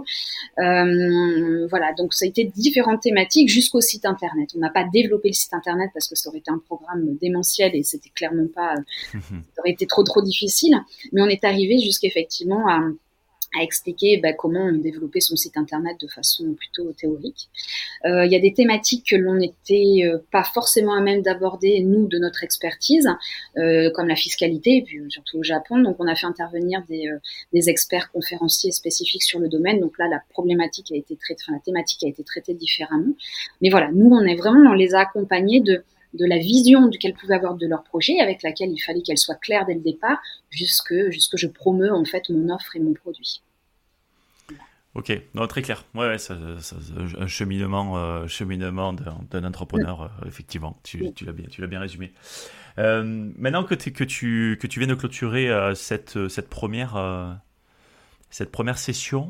Voilà, donc ça a été différentes thématiques jusqu'au site internet. On n'a pas développé le site internet parce que ça aurait été un programme démentiel et c'était clairement pas, ça aurait été trop difficile. Mais on est arrivé jusqu'effectivement à expliquer comment on développait son site internet de façon plutôt théorique. Il y a des thématiques que l'on n'était pas forcément à même d'aborder, nous, de notre expertise, comme la fiscalité, et puis surtout au Japon. Donc, on a fait intervenir des experts conférenciers spécifiques sur le domaine. Donc là, la thématique a été traitée différemment. Mais voilà, nous, on les a accompagnés de la vision qu'elles pouvaient avoir de leur projet, avec laquelle il fallait qu'elle soit claire dès le départ, jusque je promeus en fait mon offre et mon produit. Ok, non, très clair. Ouais, ouais, un cheminement d'un entrepreneur, effectivement. Tu l'as bien résumé. Maintenant que tu viens de clôturer cette première session,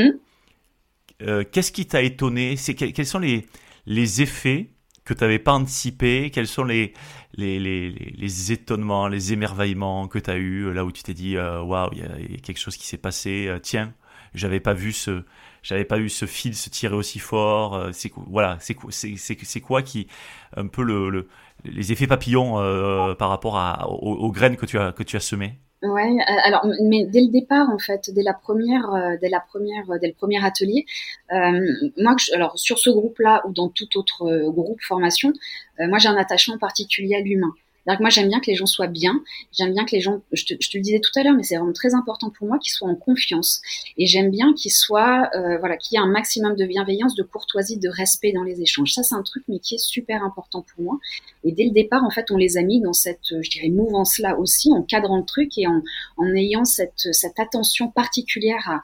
qu'est-ce qui t'a étonné? Quels sont les effets que tu n'avais pas anticipés? Quels sont les étonnements, les émerveillements que tu as eu là où tu t'es dit waouh, il y a quelque chose qui s'est passé, tiens, j'avais pas vu ce fil se tirer aussi fort, c'est quoi qui un peu les effets papillons par rapport aux graines que tu as semées. Ouais, alors, mais dès le départ, en fait, dès le premier atelier, moi, alors sur ce groupe-là ou dans tout autre groupe formation, moi j'ai un attachement particulier à l'humain. C'est-à-dire que moi j'aime bien que les gens soient bien, j'aime bien que les gens, je te le disais tout à l'heure, mais c'est vraiment très important pour moi qu'ils soient en confiance. Et j'aime bien qu'ils soient, voilà, qu'il y ait un maximum de bienveillance, de courtoisie, de respect dans les échanges. Ça, c'est un truc, mais qui est super important pour moi. Et dès le départ, en fait, on les a mis dans cette, je dirais, mouvance-là aussi, en cadrant le truc et en ayant cette attention particulière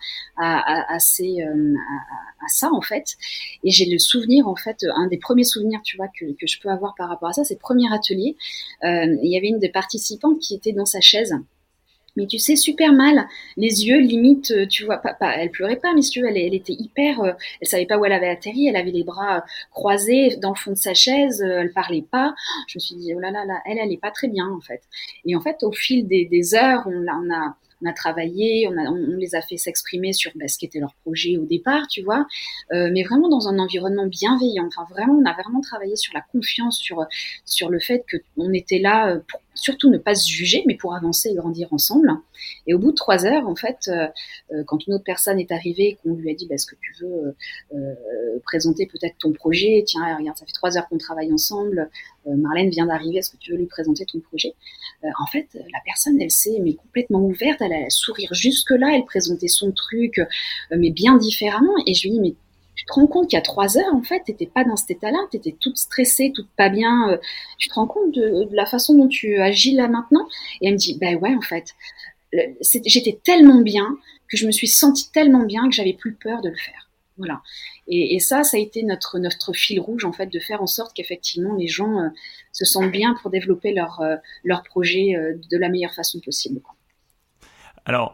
à ça, en fait. Et j'ai le souvenir, en fait, un des premiers souvenirs, tu vois, que je peux avoir par rapport à ça, c'est le premier atelier. Il y avait une des participantes qui était dans sa chaise. Mais tu sais, super mal, les yeux limite, tu vois, elle pleurait pas, mais si tu veux, elle était hyper, elle savait pas où elle avait atterri, elle avait les bras croisés dans le fond de sa chaise, elle parlait pas. Je me suis dit, oh là là, là elle est pas très bien en fait. Et en fait, au fil des heures, on a travaillé, on les a fait s'exprimer sur ce qu'était leur projet au départ, tu vois, mais vraiment dans un environnement bienveillant. Enfin, vraiment, on a vraiment travaillé sur la confiance, sur le fait que on était là pour surtout ne pas se juger, mais pour avancer et grandir ensemble. Et au bout de 3 heures, en fait, quand une autre personne est arrivée et qu'on lui a dit, est-ce que tu veux présenter peut-être ton projet? Tiens, regarde, ça fait 3 heures qu'on travaille ensemble. Marlène vient d'arriver, est-ce que tu veux lui présenter ton projet? En fait, la personne, elle s'est mais complètement ouverte, elle a sourire jusque-là, elle présentait son truc, mais bien différemment. Et je lui dis, mais tu te rends compte qu'il y a 3 heures, en fait, t'étais pas dans cet état-là, t'étais toute stressée, toute pas bien. Tu te rends compte de la façon dont tu agis là maintenant? Et elle me dit, ouais, en fait, j'étais tellement bien que je me suis sentie tellement bien que j'avais plus peur de le faire. Voilà. Et ça a été notre fil rouge, en fait, de faire en sorte qu'effectivement les gens se sentent bien pour développer leur projet de la meilleure façon possible, quoi. Alors,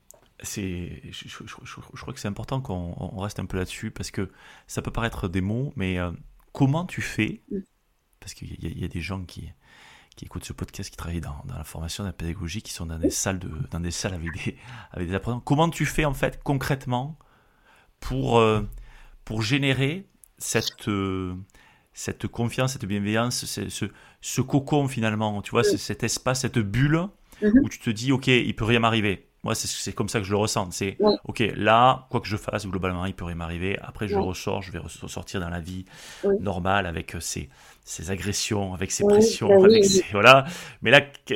je crois que c'est important qu'on reste un peu là-dessus parce que ça peut paraître des mots, mais comment tu fais? Parce qu'il y a des gens qui écoutent ce podcast, qui travaillent dans la formation, dans la pédagogie, qui sont dans des salles avec des apprenants. Comment tu fais en fait concrètement pour générer cette confiance, cette bienveillance, ce cocon finalement, tu vois, cet espace, cette bulle où tu te dis, ok, il peut rien m'arriver. Moi, c'est comme ça que je le ressens. C'est, ok, là, quoi que je fasse, globalement, il peut rien m'arriver. Après, je ressors, je vais ressortir dans la vie normale avec ses agressions, avec ses pressions, avec ses, voilà. Mais là,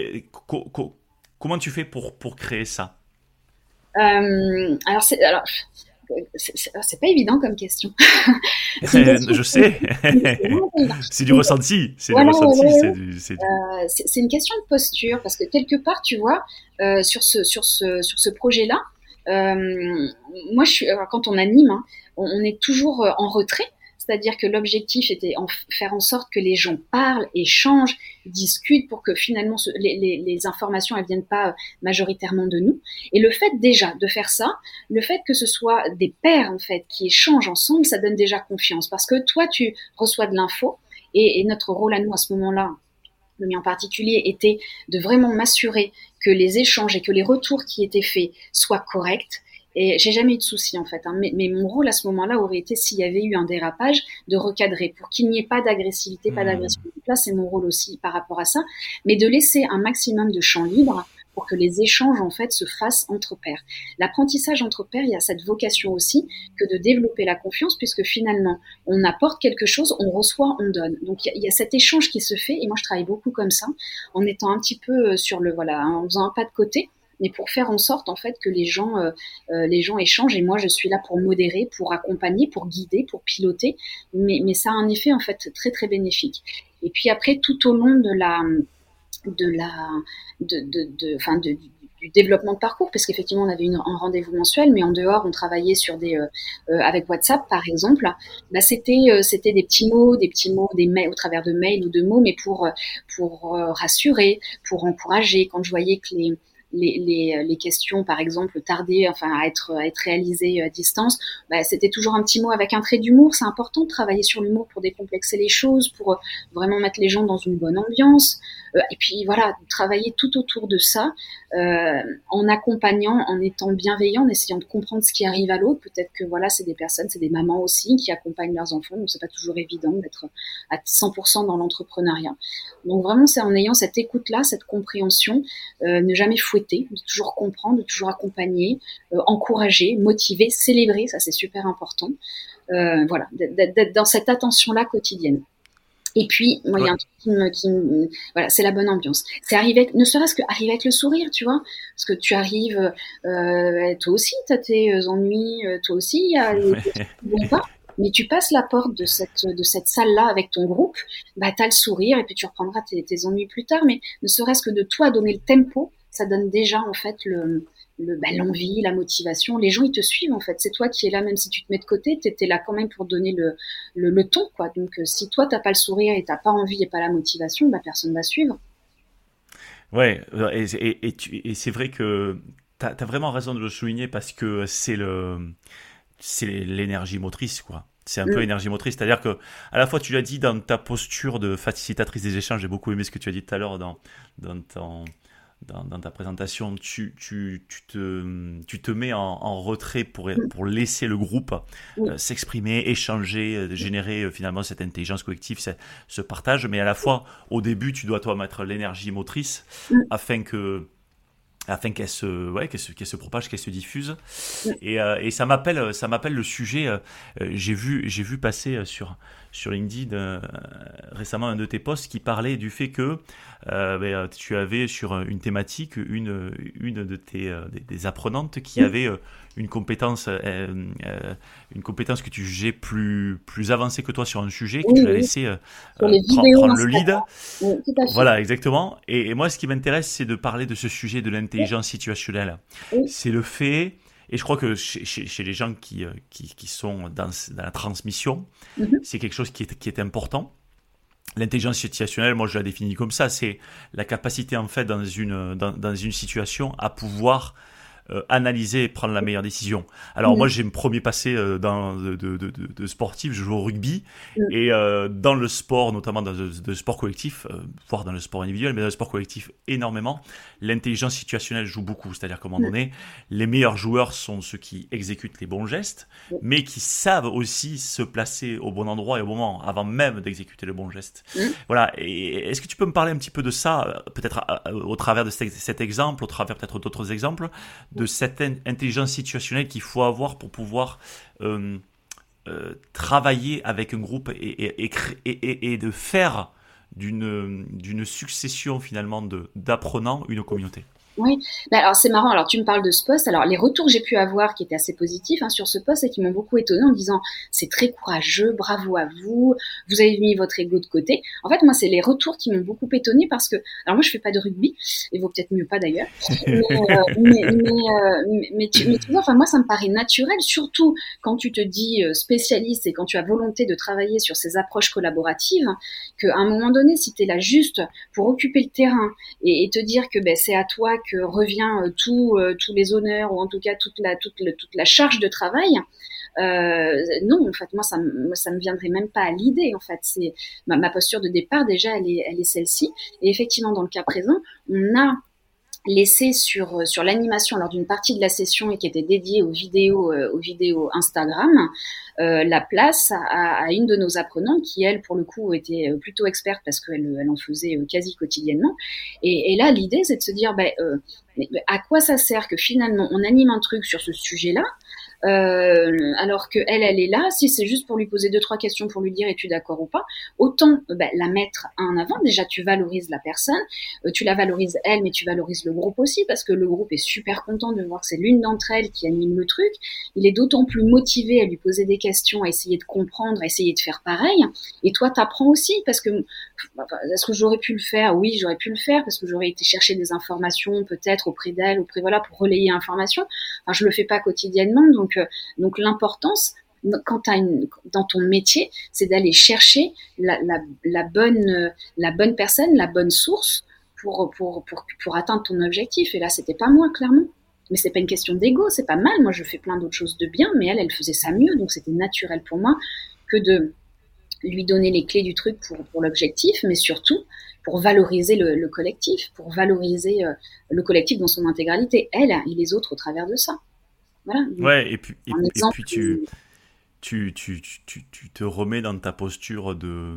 comment tu fais pour créer ça? Alors, c'est pas évident comme question. Je sais. C'est du ressenti. C'est du ressenti. C'est une question de posture parce que quelque part, tu vois, sur ce projet-là, moi, quand on anime, hein, on est toujours en retrait. C'est-à-dire que l'objectif était faire en sorte que les gens parlent, échangent, discutent pour que finalement les informations elles viennent pas majoritairement de nous. Et le fait déjà de faire ça, le fait que ce soit des pairs en fait qui échangent ensemble, ça donne déjà confiance parce que toi tu reçois de l'info et notre rôle à nous à ce moment-là, le mien en particulier, était de vraiment m'assurer que les échanges et que les retours qui étaient faits soient corrects. Et j'ai jamais eu de soucis en fait, hein. Mais mon rôle à ce moment-là aurait été, s'il y avait eu un dérapage, de recadrer pour qu'il n'y ait pas d'agressivité, pas d'agression. Donc là, c'est mon rôle aussi par rapport à ça, mais de laisser un maximum de champ libre pour que les échanges en fait se fassent entre pairs. L'apprentissage entre pairs, il y a cette vocation aussi que de développer la confiance, puisque finalement, on apporte quelque chose, on reçoit, on donne. Donc il y a cet échange qui se fait, et moi je travaille beaucoup comme ça, en étant un petit peu en faisant un pas de côté, mais pour faire en sorte en fait que les gens échangent, et moi je suis là pour modérer, pour accompagner, pour guider, pour piloter, mais ça a un effet en fait très très bénéfique. Et puis après, tout au long du développement de parcours, parce qu'effectivement on avait un rendez-vous mensuel, mais en dehors on travaillait sur avec WhatsApp par exemple. C'était des petits mots, des mails au travers de mails ou de mots, mais pour rassurer, pour encourager. Quand je voyais que les questions, par exemple, tarder, enfin à être réalisées à distance, c'était toujours un petit mot avec un trait d'humour. C'est important de travailler sur l'humour pour décomplexer les choses, pour vraiment mettre les gens dans une bonne ambiance. Et puis voilà, travailler tout autour de ça, en accompagnant, en étant bienveillant, en essayant de comprendre ce qui arrive à l'autre. Peut-être que voilà, c'est des personnes, c'est des mamans aussi qui accompagnent leurs enfants, donc c'est pas toujours évident d'être à 100% dans l'entrepreneuriat. Donc vraiment, c'est en ayant cette écoute-là, cette compréhension, ne jamais fouetter, de toujours comprendre, de toujours accompagner, encourager, motiver, célébrer, ça c'est super important. Voilà, d'être dans cette attention-là quotidienne. Et puis, moi, il y a un truc voilà, c'est la bonne ambiance. C'est arriver, ne serait-ce qu'arriver avec le sourire, tu vois, parce que tu arrives, toi aussi, t'as tes ennuis, toi aussi, il y a des trucs qui vont pas. Mais tu passes la porte de cette salle-là avec ton groupe, t'as le sourire et puis tu reprendras tes ennuis plus tard. Mais ne serait-ce que de toi donner le tempo, ça donne déjà en fait l'envie, la motivation. Les gens ils te suivent en fait. C'est toi qui es là, même si tu te mets de côté, t'es là quand même pour donner le ton quoi. Donc si toi t'as pas le sourire et t'as pas envie et pas la motivation, personne va suivre. Ouais, et c'est vrai que t'as vraiment raison de le souligner parce que c'est l'énergie motrice, quoi. C'est un peu énergie motrice, c'est-à-dire que à la fois tu l'as dit dans ta posture de facilitatrice des échanges, j'ai beaucoup aimé ce que tu as dit tout à l'heure dans ton dans ta présentation, tu te mets en retrait pour laisser le groupe s'exprimer, échanger, générer finalement cette intelligence collective, ce partage, mais à la fois au début tu dois toi mettre l'énergie motrice afin qu'elle se propage, qu'elle se diffuse. Et ça m'appelle le sujet. J'ai vu passer sur LinkedIn récemment un de tes posts qui parlait du fait que tu avais sur une thématique une de tes des apprenantes qui avait une compétence que tu jugeais plus avancée que toi sur un sujet, que tu l'as laissé prendre le lead. Oui, tout à fait. Voilà, exactement. Et moi, ce qui m'intéresse, c'est de parler de ce sujet de l'intelligence situationnelle. Oui. C'est le fait, et je crois que chez les gens qui sont dans la transmission, c'est quelque chose qui est important. L'intelligence situationnelle, moi je la définis comme ça, c'est la capacité en fait dans une situation à pouvoir analyser et prendre la meilleure décision. Alors moi j'ai un premier passé de sportif, je joue au rugby et dans le sport, notamment dans le sport collectif, voire dans le sport individuel, mais dans le sport collectif énormément, l'intelligence situationnelle joue beaucoup. C'est-à-dire qu'à un moment donné, les meilleurs joueurs sont ceux qui exécutent les bons gestes, mais qui savent aussi se placer au bon endroit et au bon moment, avant même d'exécuter le bon geste. Voilà. Et est-ce que tu peux me parler un petit peu de ça, peut-être au travers de cet exemple, au travers peut-être d'autres exemples, de cette intelligence situationnelle qu'il faut avoir pour pouvoir travailler avec un groupe et de faire d'une succession finalement d'apprenants une communauté. Oui, alors c'est marrant. Alors tu me parles de ce poste. Alors les retours que j'ai pu avoir qui étaient assez positifs sur ce poste et qui m'ont beaucoup étonnée en me disant c'est très courageux, bravo à vous, vous avez mis votre ego de côté. En fait moi c'est les retours qui m'ont beaucoup étonnée parce que alors moi je fais pas de rugby, il vaut peut-être mieux pas d'ailleurs. Mais tu vois, moi ça me paraît naturel, surtout quand tu te dis spécialiste et quand tu as volonté de travailler sur ces approches collaboratives, qu'à un moment donné si tu es là juste pour occuper le terrain et te dire que c'est à toi que revient tous les honneurs ou en tout cas toute la charge de travail. Non, en fait, moi, ça me viendrait même pas à l'idée. En fait, c'est ma posture de départ déjà, elle est celle-ci. Et effectivement, dans le cas présent, on a laissé sur l'animation lors d'une partie de la session et qui était dédiée aux vidéos Instagram, la place à une de nos apprenantes qui, elle, pour le coup, était plutôt experte parce qu'elle en faisait quasi quotidiennement. Et là, l'idée, c'est de se dire, à quoi ça sert que finalement on anime un truc sur ce sujet-là, alors que elle est là, si c'est juste pour lui poser 2-3 questions pour lui dire es-tu d'accord ou pas, autant la mettre en avant. Déjà tu valorises la personne, tu la valorises elle, mais tu valorises le groupe aussi parce que le groupe est super content de voir que c'est l'une d'entre elles qui anime le truc. Il est d'autant plus motivé à lui poser des questions, à essayer de comprendre, à essayer de faire pareil. Et toi t'apprends aussi parce que est-ce que j'aurais pu le faire? Oui, j'aurais pu le faire parce que j'aurais été chercher des informations peut-être auprès d'elle, pour relayer l'information. Je le fais pas quotidiennement, donc l'importance quand dans ton métier, c'est d'aller chercher la bonne personne, la bonne source pour atteindre ton objectif. Et là, c'était pas moi, clairement. Mais c'est pas une question d'ego, c'est pas mal. Moi, je fais plein d'autres choses de bien, mais elle faisait ça mieux. Donc, c'était naturel pour moi que de lui donner les clés du truc pour l'objectif, mais surtout pour valoriser le collectif, pour valoriser le collectif dans son intégralité, elle et les autres au travers de ça. Voilà. Ouais, et puis tu te remets dans ta posture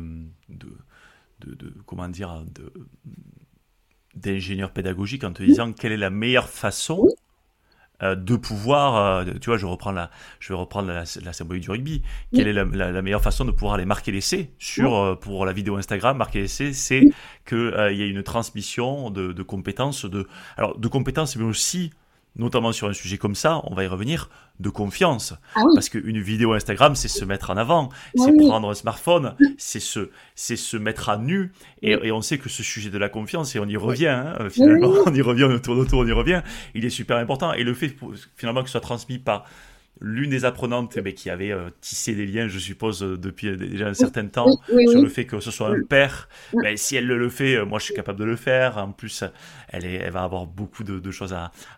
comment dire, d'ingénieur pédagogique en te disant quelle est la meilleure façon de pouvoir, tu vois, je vais reprendre la symbolique du rugby. Quelle est la meilleure façon de pouvoir aller marquer l'essai pour la vidéo Instagram, marquer l'essai, c'est qu'il y ait une transmission de compétences, de compétences, mais aussi, notamment sur un sujet comme ça, on va y revenir, de confiance. Parce qu'une vidéo Instagram, c'est se mettre en avant, c'est prendre un smartphone, c'est se mettre à nu. Et on sait que ce sujet de la confiance, et on y revient, finalement, on y revient, on y revient, il est super important. Et le fait, finalement, que ce soit transmis par l'une des apprenantes qui avait tissé des liens, je suppose, depuis déjà un certain temps, sur le fait que ce soit un père. Si elle le fait, moi je suis capable de le faire. En plus, elle va avoir beaucoup de choses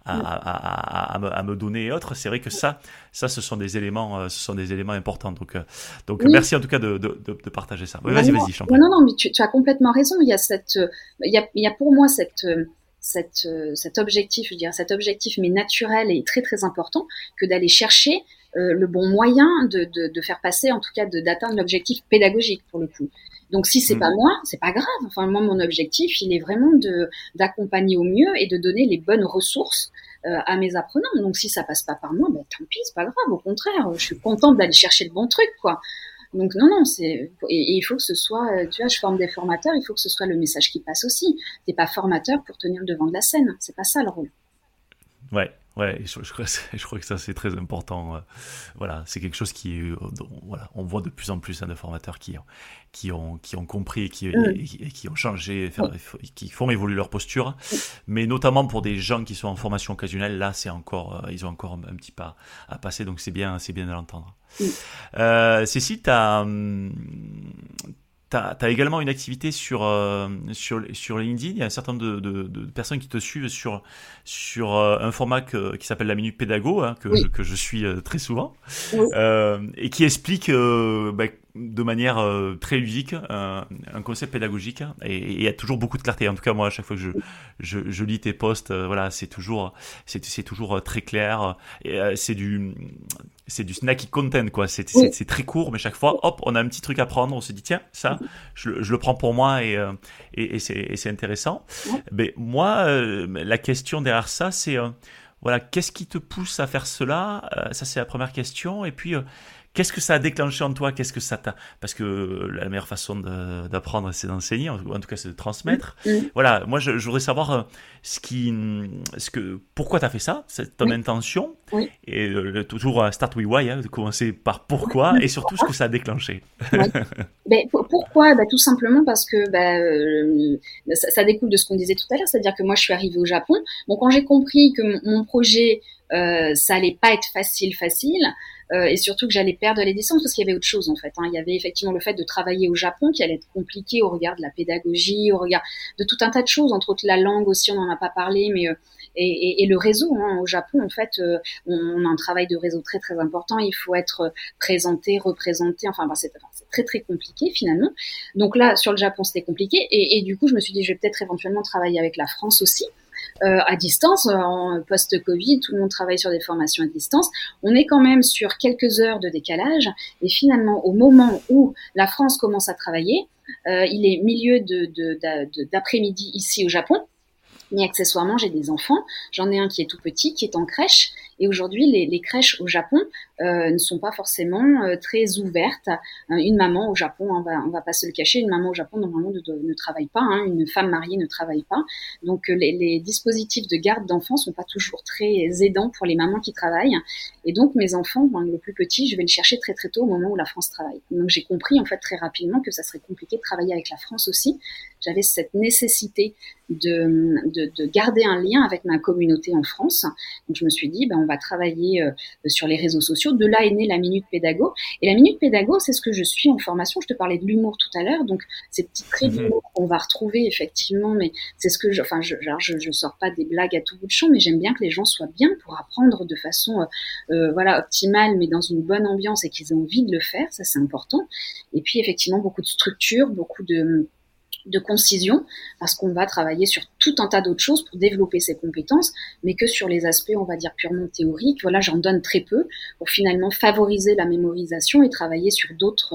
à me donner et autres. C'est vrai que ça, ce sont des éléments importants. Donc merci en tout cas de partager ça. Vas-y, je t'en prie. Non, mais tu as complètement raison. Il y a pour moi cet objectif, je dirais, cet objectif mais naturel et très très important que d'aller chercher le bon moyen de faire passer, en tout cas d'atteindre l'objectif pédagogique pour le coup. Donc si c'est pas moi, c'est pas grave. Enfin moi mon objectif il est vraiment d'accompagner au mieux et de donner les bonnes ressources à mes apprenants. Donc si ça passe pas par moi, tant pis, c'est pas grave. Au contraire, je suis contente d'aller chercher le bon truc quoi. Donc non, et il faut que ce soit, tu vois, je forme des formateurs, il faut que ce soit le message qui passe aussi. T'es pas formateur pour tenir le devant de la scène, c'est pas ça le rôle. Ouais, je crois que ça c'est très important. Voilà, c'est quelque chose on voit de plus en plus de formateurs qui ont compris et qui ont changé, qui font évoluer leur posture. Mais notamment pour des gens qui sont en formation occasionnelle, là c'est encore, ils ont encore un petit pas à passer, donc c'est bien de l'entendre. Cécile, T'as également une activité sur LinkedIn. Il y a un certain nombre de personnes qui te suivent sur un format qui s'appelle la Minute Pédago, que je suis très souvent, et qui explique de manière très ludique un concept pédagogique, et il y a toujours beaucoup de clarté. En tout cas, moi, à chaque fois que je lis tes posts, c'est toujours très clair. Et, c'est du snacky content, quoi. C'est très court, mais chaque fois, hop, on a un petit truc à prendre. On se dit tiens, ça, je le prends pour moi, et c'est intéressant. Mais moi, la question derrière ça, c'est voilà, qu'est-ce qui te pousse à faire cela? Ça, c'est la première question. Et puis qu'est-ce que ça a déclenché en toi? Qu'est-ce que ça t'a... Parce que la meilleure façon d'apprendre, c'est d'enseigner, en tout cas, c'est de transmettre. Voilà, moi, je voudrais savoir pourquoi tu as fait ça, c'est ton intention, et toujours start with why, de commencer par pourquoi, et surtout ce que ça a déclenché. Pourquoi? Tout simplement parce que ça découle de ce qu'on disait tout à l'heure, c'est-à-dire que moi, je suis arrivée au Japon. Bon, quand j'ai compris que mon projet, ça allait pas être facile, et surtout que j'allais perdre les licences parce qu'il y avait autre chose en fait. Il y avait effectivement le fait de travailler au Japon qui allait être compliqué au regard de la pédagogie, au regard de tout un tas de choses, entre autres la langue aussi, on n'en a pas parlé, mais et le réseau. Au Japon, en fait, on a un travail de réseau très très important. Il faut être présenté, représenté. Enfin, c'est très très compliqué finalement. Donc là, sur le Japon, c'était compliqué, et du coup, je me suis dit, je vais peut-être éventuellement travailler avec la France aussi. À distance, en post-Covid, tout le monde travaille sur des formations à distance. On est quand même sur quelques heures de décalage, et finalement, au moment où la France commence à travailler, il est milieu d'après-midi ici au Japon. Mais accessoirement, j'ai des enfants. J'en ai un qui est tout petit, qui est en crèche. Et aujourd'hui, les crèches au Japon ne sont pas forcément très ouvertes. Une maman au Japon, on va pas se le cacher, une maman au Japon normalement ne travaille pas. Une femme mariée ne travaille pas. Donc les dispositifs de garde d'enfants sont pas toujours très aidants pour les mamans qui travaillent. Et donc mes enfants, le plus petit, je vais le chercher très très tôt au moment où la France travaille. Donc j'ai compris en fait très rapidement que ça serait compliqué de travailler avec la France aussi. J'avais cette nécessité de garder un lien avec ma communauté en France. Donc je me suis dit, on va travailler sur les réseaux sociaux. De là est née la Minute Pédago. Et la Minute Pédago, c'est ce que je suis en formation. Je te parlais de l'humour tout à l'heure, donc ces petits traits d'humour qu'on va retrouver effectivement, mais c'est ce que je sors pas des blagues à tout bout de champ, mais j'aime bien que les gens soient bien pour apprendre de façon optimale, mais dans une bonne ambiance et qu'ils aient envie de le faire, ça c'est important. Et puis effectivement beaucoup de structure, beaucoup de concision, parce qu'on va travailler sur tout un tas d'autres choses pour développer ses compétences, mais que sur les aspects, on va dire, purement théoriques, voilà, j'en donne très peu pour finalement favoriser la mémorisation et travailler sur d'autres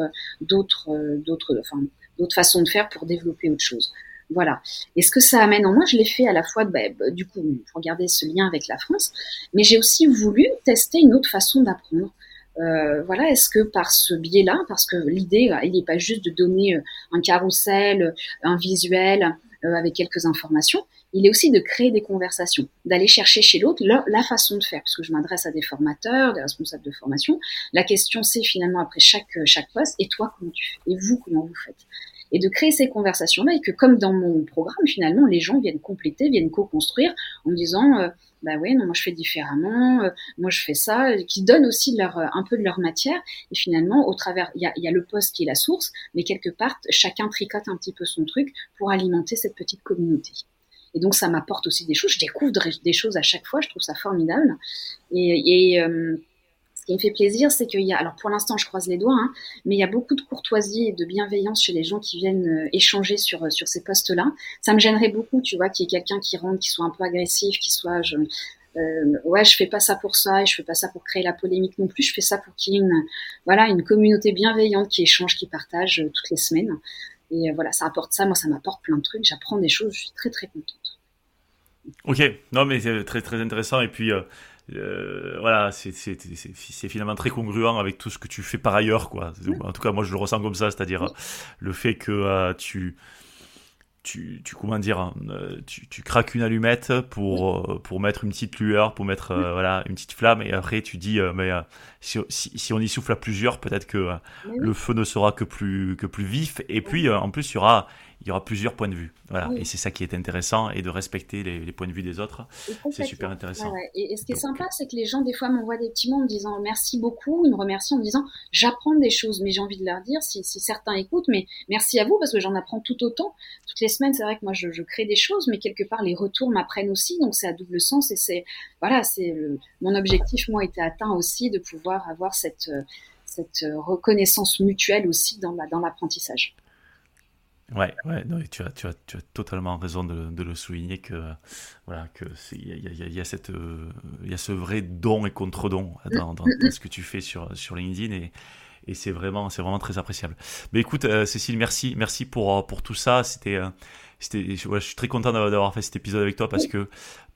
façons de faire pour développer autre chose. Voilà. Et ce que ça amène en moi, je l'ai fait à la fois, du coup, pour garder ce lien avec la France, mais j'ai aussi voulu tester une autre façon d'apprendre. Voilà, est-ce que par ce biais-là, parce que l'idée, il n'est pas juste de donner un carrousel, un visuel avec quelques informations, il est aussi de créer des conversations, d'aller chercher chez l'autre la façon de faire, parce que je m'adresse à des formateurs, des responsables de formation. La question, c'est finalement après chaque poste, et toi, comment tu fais? Et vous, comment vous faites? Et de créer ces conversations-là, et que comme dans mon programme, finalement, les gens viennent compléter, viennent co-construire en disant bah ouais, non, moi je fais différemment, moi je fais ça, qui donnent aussi un peu de leur matière. Et finalement, au travers, il y a le poste qui est la source, mais quelque part, chacun tricote un petit peu son truc pour alimenter cette petite communauté. Et donc ça m'apporte aussi des choses, je découvre des choses à chaque fois, je trouve ça formidable. Ce qui me fait plaisir, c'est qu'il y a, alors pour l'instant je croise les doigts, hein, mais il y a beaucoup de courtoisie et de bienveillance chez les gens qui viennent échanger sur ces postes-là. Ça me gênerait beaucoup, tu vois, qu'il y ait quelqu'un qui rentre, qui soit un peu agressif, qui soit, ouais, je fais pas ça pour ça, et je fais pas ça pour créer la polémique non plus, je fais ça pour qu'il y ait une communauté bienveillante qui échange, qui partage toutes les semaines. Et voilà, ça apporte ça, moi ça m'apporte plein de trucs, j'apprends des choses, je suis très très contente. Ok, non mais c'est très très intéressant et puis voilà, c'est finalement très congruent avec tout ce que tu fais par ailleurs, quoi. En tout cas, moi je le ressens comme ça, c'est-à-dire le fait que comment dire, hein, tu craques une allumette pour mettre une petite lueur, pour mettre voilà, une petite flamme, et après tu dis si on y souffle à plusieurs, peut-être que le feu ne sera que plus vif, et puis en plus il y aura plusieurs points de vue, voilà. Et c'est ça qui est intéressant, et de respecter les points de vue des autres, c'est super intéressant. Ouais. Et ce qui est sympa, c'est que les gens des fois m'envoient des petits mots en me disant merci beaucoup, ils me remercient en me disant j'apprends des choses, mais j'ai envie de leur dire si certains écoutent, mais merci à vous parce que j'en apprends tout autant. Toutes les semaines, c'est vrai que moi je crée des choses, mais quelque part les retours m'apprennent aussi, donc c'est à double sens, et c'est mon objectif, moi, était atteint aussi, de pouvoir avoir cette reconnaissance mutuelle aussi dans l'apprentissage. Ouais, non, tu as totalement raison de le souligner, que voilà, que il y a ce vrai don et contre-don dans ce que tu fais sur LinkedIn, et c'est vraiment très appréciable. Mais écoute, Cécile, merci pour tout ça. Je suis très content d'avoir fait cet épisode avec toi, parce que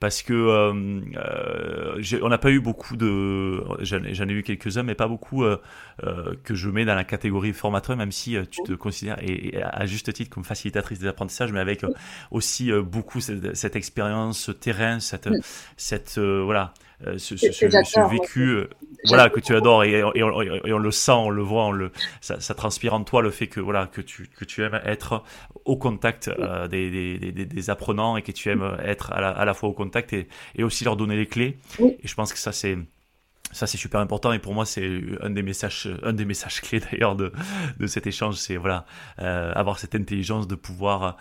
on n'a pas eu beaucoup j'en ai eu quelques-uns, mais pas beaucoup que je mets dans la catégorie formateur, même si tu te considères, et à juste titre, comme facilitatrice des apprentissages, mais avec aussi beaucoup cette expérience terrain, voilà, ce vécu, voilà, que tu adores, et on le sent, on le voit, ça transpire en toi, le fait que voilà, que tu aimes être au contact des apprenants, et que tu aimes être à la fois au contact et aussi leur donner les clés. Et je pense que ça c'est super important, et pour moi c'est un des messages clés d'ailleurs de cet échange, c'est voilà, avoir cette intelligence de pouvoir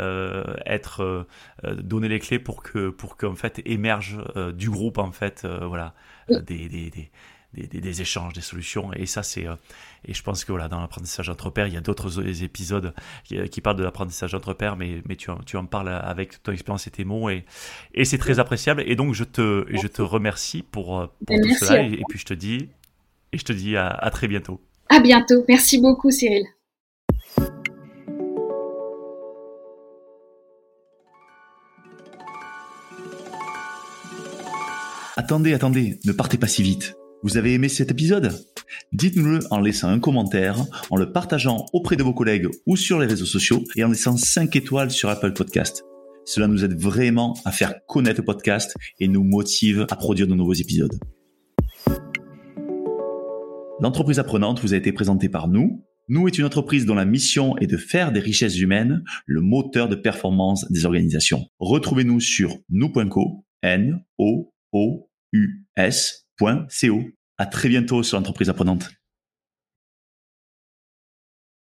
donner les clés pour qu'en fait émerge du groupe, en fait, voilà, des échanges, des solutions. Et ça c'est et je pense que voilà, dans l'apprentissage entre pairs, il y a d'autres épisodes qui parlent de l'apprentissage entre pairs, mais tu en parles avec ton expérience et tes mots, et c'est très appréciable. Et donc je te remercie pour tout cela, et puis je te dis à très bientôt. À bientôt. Merci beaucoup, Cyril. Attendez, ne partez pas si vite. Vous avez aimé cet épisode ? Dites-nous-le en laissant un commentaire, en le partageant auprès de vos collègues ou sur les réseaux sociaux, et en laissant 5 étoiles sur Apple Podcast. Cela nous aide vraiment à faire connaître le podcast et nous motive à produire de nouveaux épisodes. L'entreprise apprenante vous a été présentée par nous. Nous est une entreprise dont la mission est de faire des richesses humaines le moteur de performance des organisations. Retrouvez-nous sur nous.co, NOOU.co, À très bientôt sur l'entreprise apprenante.